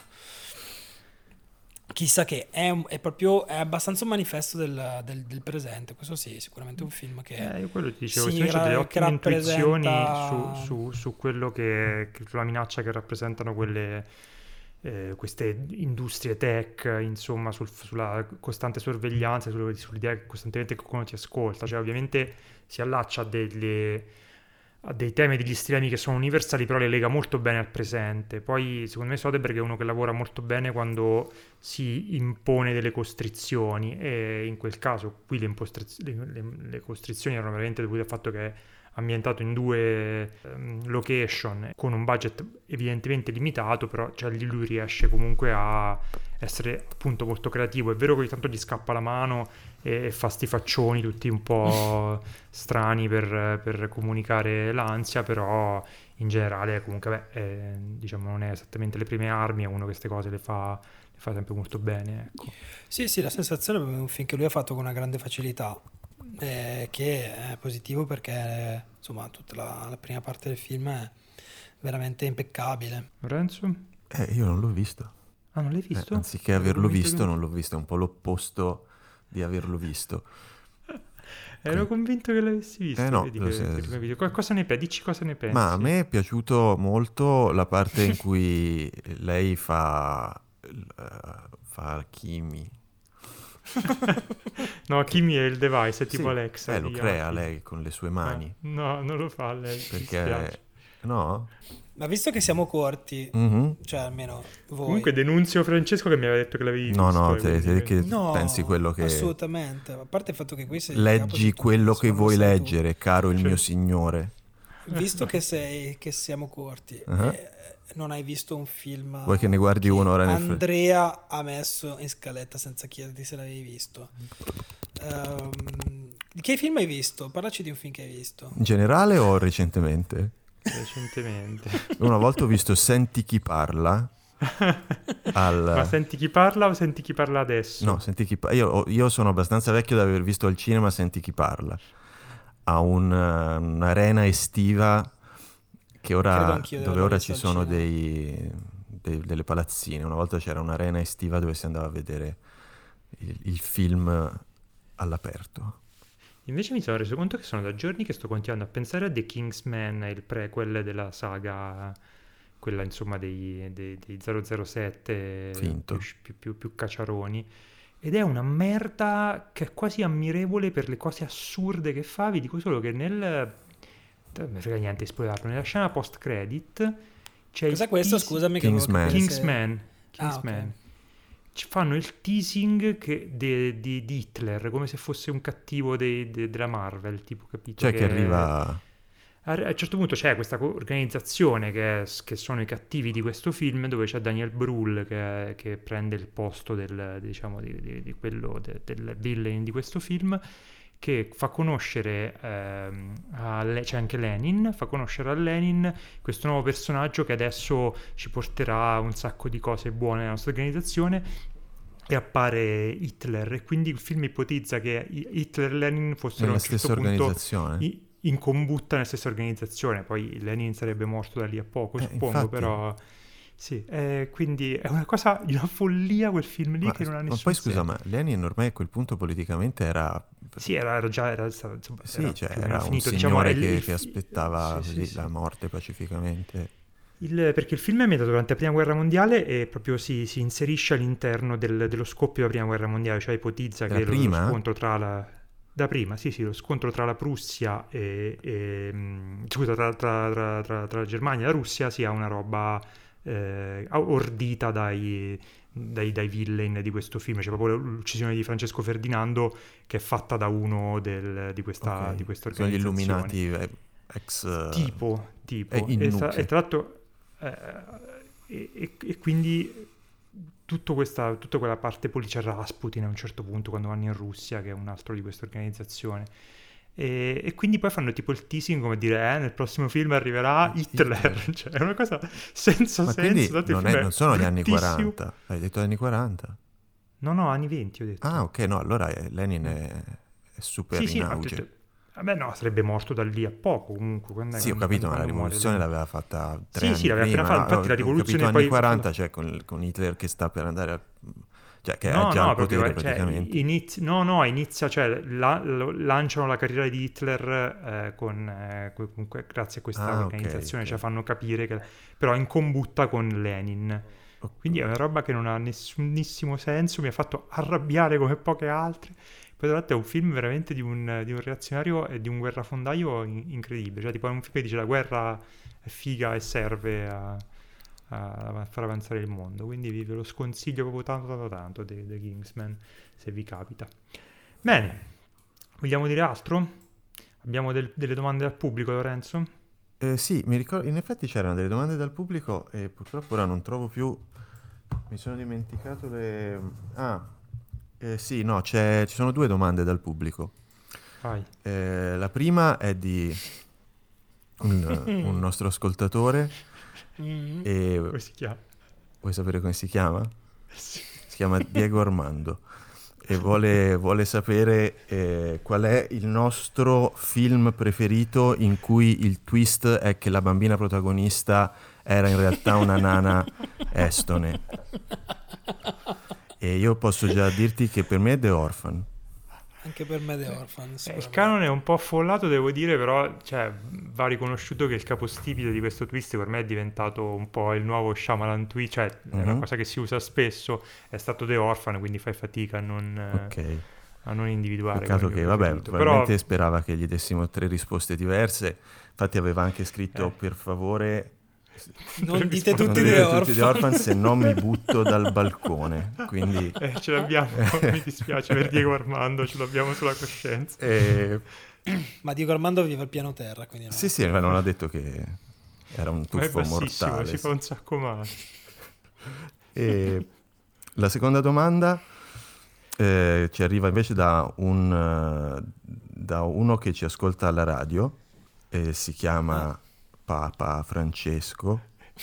Speaker 3: chissà che, è, un, è proprio, è abbastanza un manifesto del, del, del presente. Questo sì, sicuramente un film che
Speaker 2: eh, io quello ti dicevo,
Speaker 3: sì,
Speaker 2: c'è delle ottime intuizioni
Speaker 3: rappresenta...
Speaker 2: su, su, su quello che, sulla minaccia che rappresentano quelle eh, queste industrie tech, insomma, sul, sulla costante sorveglianza, sull'idea che costantemente qualcuno ti ascolta. Cioè, ovviamente si allaccia a delle a dei temi, degli stilemi che sono universali, però le lega molto bene al presente. Poi secondo me Soderbergh è uno che lavora molto bene quando si impone delle costrizioni, e in quel caso qui le, le, le, le costrizioni erano veramente dovute al fatto che è ambientato in due um, location con un budget evidentemente limitato, però cioè, lì lui riesce comunque a essere appunto molto creativo. È vero che ogni tanto gli scappa la mano e fa sti faccioni tutti un po' strani per, per comunicare l'ansia, però in generale comunque beh, è, diciamo, non è esattamente le prime armi, è uno che queste cose le fa, le fa sempre molto bene, ecco.
Speaker 3: Sì, sì, la sensazione è un film che lui ha fatto con una grande facilità, eh, che è positivo perché insomma tutta la, la prima parte del film è veramente impeccabile.
Speaker 2: Lorenzo?
Speaker 1: Eh, io non l'ho visto.
Speaker 2: Ah, non l'hai visto?
Speaker 1: Eh, anziché averlo visto, non l'ho visto, è un po' l'opposto di averlo visto.
Speaker 2: Ero Quindi... convinto che l'avessi visto.
Speaker 1: Eh no,
Speaker 2: vedi
Speaker 1: lo
Speaker 2: che,
Speaker 1: se...
Speaker 2: che cosa, cosa ne pensi? Dici cosa ne pensi.
Speaker 1: Ma a me è piaciuto molto la parte in cui lei fa fa Kimi.
Speaker 2: No, Kimi è il device, è tipo
Speaker 1: sì,
Speaker 2: Alexa.
Speaker 1: Eh, lo crea lei con le sue mani.
Speaker 2: No, non lo fa lei.
Speaker 1: Perché no?
Speaker 3: Ma visto che siamo corti, mm-hmm. cioè almeno voi.
Speaker 2: Comunque denunzio Francesco che mi aveva detto che l'avevi
Speaker 1: no,
Speaker 2: visto.
Speaker 1: No, no, te, te, che
Speaker 3: no,
Speaker 1: pensi quello che...
Speaker 3: assolutamente. A parte il fatto che qui sei
Speaker 1: leggi quello che vuoi leggere, tu. Caro il
Speaker 2: cioè...
Speaker 1: mio signore.
Speaker 3: Visto che, sei, che siamo corti, uh-huh. eh, non hai visto un film...
Speaker 1: Vuoi che ne guardi uno ora nel
Speaker 3: Andrea fre- ha messo in scaletta senza chiederti se l'avevi visto. Um, che film hai visto? Parlaci di un film che hai visto.
Speaker 1: In generale o recentemente?
Speaker 2: Recentemente.
Speaker 1: Una volta ho visto Senti chi parla. al...
Speaker 2: Ma Senti chi parla o Senti chi parla adesso?
Speaker 1: No, Senti chi parla. Io, io sono abbastanza vecchio da aver visto al cinema Senti chi parla. A un, un'arena estiva che ora, dove ora ci sono dei, dei, delle palazzine. Una volta c'era un'arena estiva dove si andava a vedere il, il film all'aperto.
Speaker 2: Invece mi sono reso conto che sono da giorni che sto continuando a pensare a The Kingsman, il prequel della saga, quella insomma dei, dei, dei zero zero sette
Speaker 1: Finto.
Speaker 2: più, più, più, più cacciaroni. Ed è una merda che è quasi ammirevole per le cose assurde che fa. Vi dico solo che nel... non mi frega niente di spoilerlo. Nella scena post-credit c'è
Speaker 3: Cos'è
Speaker 2: il
Speaker 3: questo?
Speaker 2: teas-
Speaker 3: Scusami che
Speaker 1: Kingsman.
Speaker 3: avevo capito se-
Speaker 2: Kingsman.
Speaker 3: Ah,
Speaker 2: Kingsman.
Speaker 3: ok.
Speaker 2: Ci fanno il teasing che de- di, di Hitler, come se fosse un cattivo dei- de- della Marvel, tipo, capito?
Speaker 1: Cioè che arriva...
Speaker 2: A a un certo punto c'è questa co- organizzazione che, è- che sono i cattivi di questo film, dove c'è Daniel Brühl che, che prende il posto del, diciamo, di, di- di quello de- del villain di questo film, che fa conoscere ehm, a Le- c'è anche Lenin, fa conoscere a Lenin questo nuovo personaggio che adesso ci porterà un sacco di cose buone nella nostra organizzazione, e appare Hitler, e quindi il film ipotizza che I- Hitler e Lenin fossero a
Speaker 1: nella
Speaker 2: un certo
Speaker 1: stessa
Speaker 2: punto
Speaker 1: organizzazione.
Speaker 2: i- in combutta nella stessa organizzazione. Poi Lenin sarebbe morto da lì a poco,
Speaker 1: Eh,
Speaker 2: suppongo,
Speaker 1: infatti.
Speaker 2: però sì, eh, quindi è una cosa di una follia quel film lì,
Speaker 1: Ma,
Speaker 2: che non ha
Speaker 1: ma
Speaker 2: nessun
Speaker 1: poi scusa,
Speaker 2: senso.
Speaker 1: ma Lenin ormai a quel punto politicamente era...
Speaker 2: Sì, era, era già era, stato- insomma,
Speaker 1: Sì,
Speaker 2: era
Speaker 1: cioè
Speaker 2: più o meno
Speaker 1: era un
Speaker 2: finito,
Speaker 1: signore
Speaker 2: diciamo,
Speaker 1: che,
Speaker 2: il-
Speaker 1: che aspettava
Speaker 2: sì, sì,
Speaker 1: così
Speaker 2: sì.
Speaker 1: la morte pacificamente.
Speaker 2: Il- perché il film è ambientato durante la prima guerra mondiale e proprio si, si inserisce all'interno del- dello scoppio della prima guerra mondiale, cioè ipotizza
Speaker 1: Della
Speaker 2: che lo, lo
Speaker 1: prima?
Speaker 2: scontro tra la... Da prima, sì, sì, lo scontro tra la Prussia e... e mh, scusa, tra, tra- tra- tra- tra la Germania e la Russia sia una roba eh, ordita dai, dai, dai villain di questo film. C'è proprio l'uccisione di Francesco Ferdinando, che è fatta da uno del- di, questa,
Speaker 1: Ok.
Speaker 2: di questa
Speaker 1: Sono gli
Speaker 2: organizzazione.
Speaker 1: illuminati eh, ex... eh,
Speaker 2: Tipo, tipo.
Speaker 1: e in
Speaker 2: E, tra,
Speaker 1: nucleo.
Speaker 2: e tra l'altro, eh, e, e- e quindi tutto questa, tutta quella parte poi c'è Rasputin a un certo punto quando vanno in Russia, che è un altro di questa organizzazione. E, e quindi poi fanno tipo il teasing, come dire, eh, nel prossimo film arriverà Hitler. Cioè, è una cosa senza
Speaker 1: Ma
Speaker 2: senso.
Speaker 1: quindi
Speaker 2: tanto il
Speaker 1: non,
Speaker 2: film
Speaker 1: è-
Speaker 2: è
Speaker 1: non sono gli anni
Speaker 2: bruttissimo.
Speaker 1: quaranta, hai detto anni quaranta?
Speaker 2: No, no, anni venti ho detto.
Speaker 1: Ah, ok, no, allora eh, Lenin è, è super
Speaker 2: sì,
Speaker 1: in
Speaker 2: sì, ma
Speaker 1: auge.
Speaker 2: cioè, vabbè, no, sarebbe morto da lì a poco comunque. Quando è
Speaker 1: Sì, ho
Speaker 2: che-
Speaker 1: capito, ma la
Speaker 2: quando muore
Speaker 1: rivoluzione
Speaker 2: lui?
Speaker 1: l'aveva fatta tre
Speaker 2: Sì,
Speaker 1: anni
Speaker 2: sì, l'aveva
Speaker 1: prima.
Speaker 2: appena fatta,
Speaker 1: no?
Speaker 2: infatti la
Speaker 1: Ho
Speaker 2: rivoluzione
Speaker 1: capito
Speaker 2: poi-
Speaker 1: anni quaranta, cioè con, con Hitler che sta per andare a... cioè che
Speaker 2: No,
Speaker 1: ha già
Speaker 2: no,
Speaker 1: il
Speaker 2: proprio,
Speaker 1: potere
Speaker 2: eh, cioè,
Speaker 1: praticamente.
Speaker 2: inizi- no, no, inizia, cioè la- lo- lanciano la carriera di Hitler eh, con, eh, que- comunque, grazie a questa
Speaker 1: Ah, ok,
Speaker 2: organizzazione,
Speaker 1: ok.
Speaker 2: cioè fanno capire che, però in combutta con Lenin.
Speaker 1: Ok.
Speaker 2: Quindi è una roba che non ha nessunissimo senso, mi ha fatto arrabbiare come poche altre. Poi tra l'altro è un film veramente di un, di un reazionario e di un guerrafondaio in- incredibile, cioè tipo è un film che dice la guerra è figa e serve a, a far avanzare il mondo, quindi vi ve lo sconsiglio proprio tanto tanto tanto The, The Kingsman, se vi capita. Bene, vogliamo dire altro? Abbiamo del- delle domande dal pubblico, Lorenzo?
Speaker 1: Eh, sì, mi ricordo, in effetti c'erano delle domande dal pubblico e purtroppo ora non trovo più, mi sono dimenticato le... Ah, eh, sì, no, c'è, ci sono due domande dal pubblico.
Speaker 2: Vai.
Speaker 1: Eh, la prima è di un, un nostro ascoltatore
Speaker 3: Mm.
Speaker 1: e
Speaker 2: Come si chiama?
Speaker 1: vuoi sapere come si chiama?
Speaker 2: Sì.
Speaker 1: Si chiama Diego Armando e vuole, vuole sapere eh, qual è il nostro film preferito in cui il twist è che la bambina protagonista era in realtà una nana estone. E io posso già dirti che per me è The Orphan.
Speaker 3: Anche per me The Orphan.
Speaker 2: Eh, il
Speaker 3: sicuramente.
Speaker 2: canone è un po' affollato, devo dire, però cioè, va riconosciuto che il capostipite di questo twist per me è diventato un po' il nuovo Shyamalan twist, cioè è una
Speaker 1: Mhm.
Speaker 2: cosa che si usa spesso, è stato The Orphan, quindi fai fatica a non, eh,
Speaker 1: Ok.
Speaker 2: a non individuare.
Speaker 1: Peccato
Speaker 2: come
Speaker 1: che,
Speaker 2: mio
Speaker 1: vabbè,
Speaker 2: preferito.
Speaker 1: probabilmente
Speaker 2: Però
Speaker 1: sperava che gli dessimo tre risposte diverse. Infatti aveva anche scritto,
Speaker 2: Eh.
Speaker 1: per favore,
Speaker 3: Non dite
Speaker 2: Non
Speaker 1: non
Speaker 3: tutti
Speaker 1: dite
Speaker 3: The
Speaker 1: tutti The Orphan,
Speaker 3: Orphan.
Speaker 1: se no mi butto dal balcone. Quindi...
Speaker 2: eh, ce l'abbiamo, mi dispiace per Diego Armando, ce l'abbiamo sulla coscienza.
Speaker 1: eh,
Speaker 3: Ma Diego Armando vive al piano terra, quindi no.
Speaker 1: sì, sì, ma non ha detto che era un
Speaker 2: Ma è
Speaker 1: tuffo
Speaker 2: bassissimo,
Speaker 1: mortale.
Speaker 2: si fa un sacco male.
Speaker 1: E la seconda domanda eh, ci arriva invece da, un, eh, da uno che ci ascolta alla radio e si chiama Papa Francesco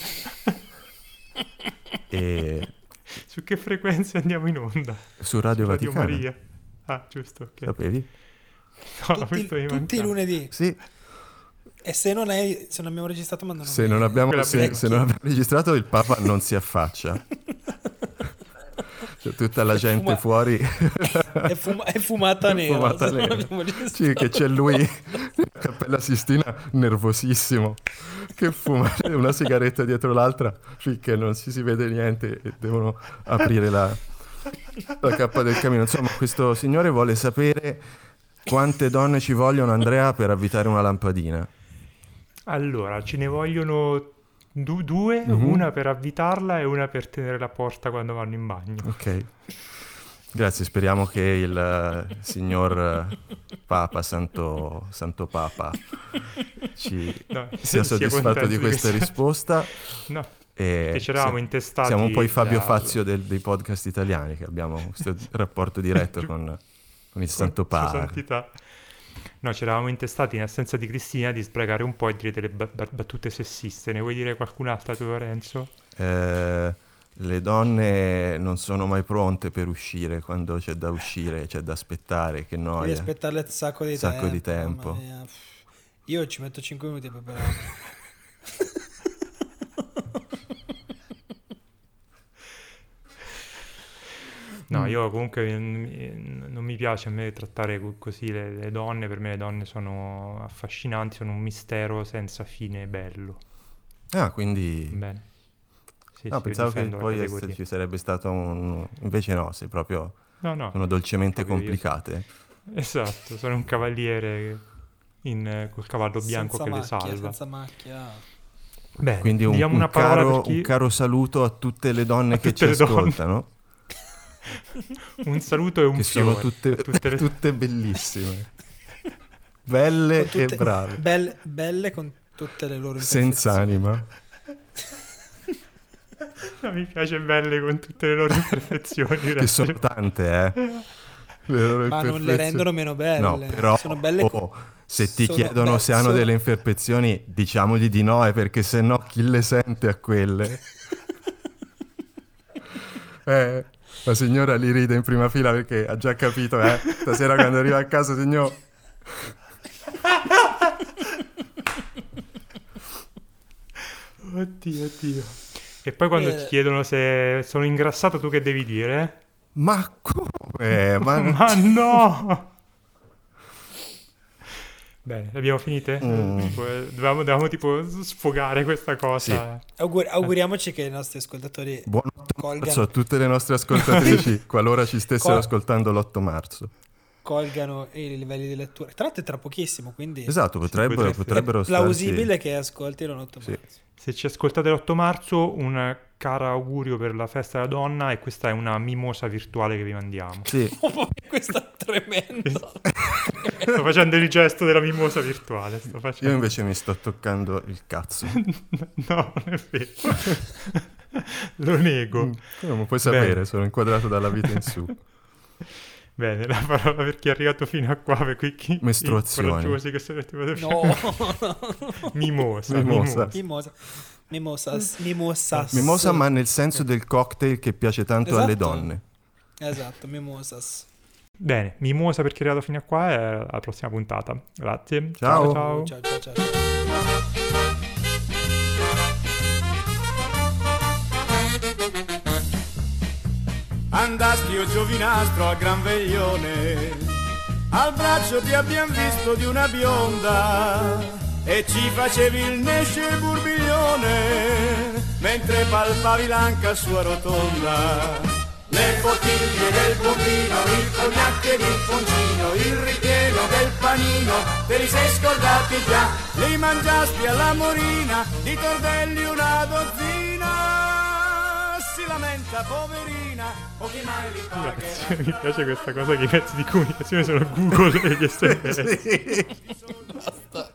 Speaker 1: e
Speaker 2: Su che frequenze andiamo in onda?
Speaker 1: su Radio
Speaker 2: Radio
Speaker 1: Vaticana.
Speaker 2: Maria. Ah, giusto, ok.
Speaker 1: Sapevi?
Speaker 2: No,
Speaker 3: Tutti,
Speaker 2: questo mi
Speaker 3: tutti i
Speaker 2: mancava.
Speaker 3: lunedì.
Speaker 1: Sì,
Speaker 3: E se non, è, se non abbiamo registrato, mandano
Speaker 1: se non abbiamo,
Speaker 2: Quella
Speaker 1: se,
Speaker 2: prima.
Speaker 1: se non abbiamo registrato il Papa non si affaccia. C'è tutta la gente
Speaker 3: fuma-
Speaker 1: fuori.
Speaker 3: È, fuma- è fumata nera.
Speaker 1: Fumata
Speaker 3: se non
Speaker 1: nera.
Speaker 3: abbiamo visto.
Speaker 1: Sì, che c'è lui, Cappella Sistina, nervosissimo, che fuma una sigaretta dietro l'altra finché non si, si vede niente e devono aprire la, la cappa del camino. Insomma, questo signore vuole sapere quante donne ci vogliono, Andrea, per avvitare una lampadina.
Speaker 2: Allora, ce ne vogliono du- due,
Speaker 1: Mhm.
Speaker 2: una per avvitarla e una per tenere la porta quando vanno in bagno.
Speaker 1: Ok. Grazie, speriamo che il eh, signor eh, Papa, Santo, Santo Papa, ci
Speaker 2: No,
Speaker 1: sia soddisfatto
Speaker 2: contento
Speaker 1: di questa
Speaker 2: questa-
Speaker 1: risposta.
Speaker 2: No,
Speaker 1: E
Speaker 2: che ci eravamo
Speaker 1: si-
Speaker 2: intestati.
Speaker 1: Siamo un po' i Fabio
Speaker 2: da-
Speaker 1: Fazio del- dei podcast italiani, che abbiamo questo rapporto diretto con, con il Santo
Speaker 2: Sua
Speaker 1: Padre.
Speaker 2: Santità. No, ci eravamo intestati in assenza di Cristina di sbragare un po' e dire delle ba- ba- battute sessiste. Ne vuoi dire qualcun'altra tu, Lorenzo?
Speaker 1: Eh, le donne non sono mai pronte per uscire quando c'è da uscire, c'è da aspettare, che
Speaker 3: Devi
Speaker 1: noia.
Speaker 3: aspettarle un sacco di
Speaker 1: Sacco
Speaker 3: tempo.
Speaker 1: di tempo.
Speaker 3: mamma mia. Io ci metto cinque minuti a prepararmi.
Speaker 2: No, io comunque mm, non mi piace a me trattare co- così le, le donne. Per me le donne sono affascinanti, sono un mistero senza fine bello.
Speaker 1: Ah, quindi...
Speaker 2: Bene. Sì,
Speaker 1: No,
Speaker 2: sì,
Speaker 1: pensavo che
Speaker 2: difendo la
Speaker 1: poi
Speaker 2: categoria.
Speaker 1: ess- ci sarebbe stato un... Invece no, sei proprio...
Speaker 2: No, no,
Speaker 1: Sono dolcemente
Speaker 2: proprio io.
Speaker 1: complicate.
Speaker 2: Esatto, sono un cavaliere in, eh, col cavallo bianco
Speaker 3: senza
Speaker 2: che
Speaker 3: macchia,
Speaker 2: le salva.
Speaker 3: senza macchia.
Speaker 2: Bene,
Speaker 1: Quindi un,
Speaker 2: diamo
Speaker 1: un
Speaker 2: una parola
Speaker 1: caro,
Speaker 2: per chi...
Speaker 1: un caro saluto a tutte le donne
Speaker 2: A
Speaker 1: che
Speaker 2: tutte
Speaker 1: ci
Speaker 2: le donne.
Speaker 1: ascoltano,
Speaker 2: Un saluto e un
Speaker 1: che
Speaker 2: fiore.
Speaker 1: sono tutte,
Speaker 2: Tutte le-
Speaker 1: tutte bellissime, belle
Speaker 3: Con tutte-
Speaker 1: e brave,
Speaker 3: Belle, belle con tutte le loro
Speaker 1: senza
Speaker 3: imperfezioni.
Speaker 1: anima.
Speaker 2: No, mi piace belle con tutte le loro imperfezioni.
Speaker 1: Che
Speaker 2: grazie.
Speaker 1: sono tante, eh. Le loro
Speaker 3: Ma non le
Speaker 1: imperfezioni.
Speaker 3: rendono meno belle.
Speaker 1: No, però
Speaker 3: sono belle
Speaker 1: oh,
Speaker 3: co-
Speaker 1: se ti
Speaker 3: sono
Speaker 1: chiedono
Speaker 3: be-
Speaker 1: se hanno
Speaker 3: sono-
Speaker 1: delle imperfezioni, diciamogli di no, eh, perché se no chi le sente a quelle? eh, la signora li ride in prima fila perché ha già capito, eh. Stasera quando arriva a casa, signor...
Speaker 2: Oddio, oddio. E poi quando
Speaker 3: Eh.
Speaker 2: ti chiedono se sono ingrassato, tu che devi dire?
Speaker 1: Ma come? Ma...
Speaker 2: Ma no! Bene, le abbiamo finite?
Speaker 1: Mm.
Speaker 2: Tipo, eh, Dovevamo, dovevamo tipo sfogare questa cosa.
Speaker 3: Augur- auguriamoci che i nostri ascoltatori
Speaker 1: Buon otto
Speaker 3: colgano,
Speaker 1: marzo a tutte le nostre ascoltatrici, qualora ci stessero
Speaker 3: Col-
Speaker 1: ascoltando l'otto marzo.
Speaker 3: colgano i livelli di lettura. Tra l'altro è tra pochissimo, quindi
Speaker 1: Esatto, potrebbero,
Speaker 2: potresti-
Speaker 1: potrebbero
Speaker 3: è
Speaker 1: starsi...
Speaker 3: plausibile che ascoltino l'otto
Speaker 1: Sì.
Speaker 3: marzo.
Speaker 2: Se ci ascoltate l'otto marzo, un caro augurio per la festa della donna, e questa è una mimosa virtuale che vi mandiamo.
Speaker 1: Sì,
Speaker 3: Oh, questo è tremendo.
Speaker 2: Sto facendo il gesto della mimosa virtuale. Sto
Speaker 1: io
Speaker 2: facendo...
Speaker 1: invece mi sto toccando il cazzo.
Speaker 2: No, non è vero. Lo nego.
Speaker 1: Mm, tu non lo puoi sapere,
Speaker 2: Bene.
Speaker 1: sono inquadrato dalla vita in su.
Speaker 2: Bene, la parola per chi è arrivato fino a qua, per quei chi
Speaker 1: Mestruazioni.
Speaker 2: i coraggiosi che sono arrivati
Speaker 3: No.
Speaker 2: Mimosa,
Speaker 1: Mimosa.
Speaker 2: mimosa.
Speaker 3: Mimosa. Mimosas. Mimosas.
Speaker 1: Mimosa, ma nel senso del cocktail che piace tanto alle
Speaker 3: Esatto.
Speaker 1: donne.
Speaker 3: Esatto, mimosas.
Speaker 2: Bene, mimosa per chi è arrivato fino a qua e alla prossima puntata. Grazie.
Speaker 1: Ciao.
Speaker 2: ciao.
Speaker 3: Ciao ciao ciao. ciao.
Speaker 5: Andasti o giovinastro a gran veglione, al braccio ti abbiam visto di una bionda e ci facevi il nesce burbiglione mentre palpavi l'anca sua rotonda. Le bottiglie del bombino, il cognac ed il poncino, il ripieno del panino, te li sei scordati già, li mangiasti alla morina, di tordelli una dozzina, si lamenta poverina, o chi mai li paga.
Speaker 2: Grazie. Mi piace questa cosa che i mezzi di comunicazione sono Google e gli S M S.
Speaker 1: Sì.
Speaker 3: Basta.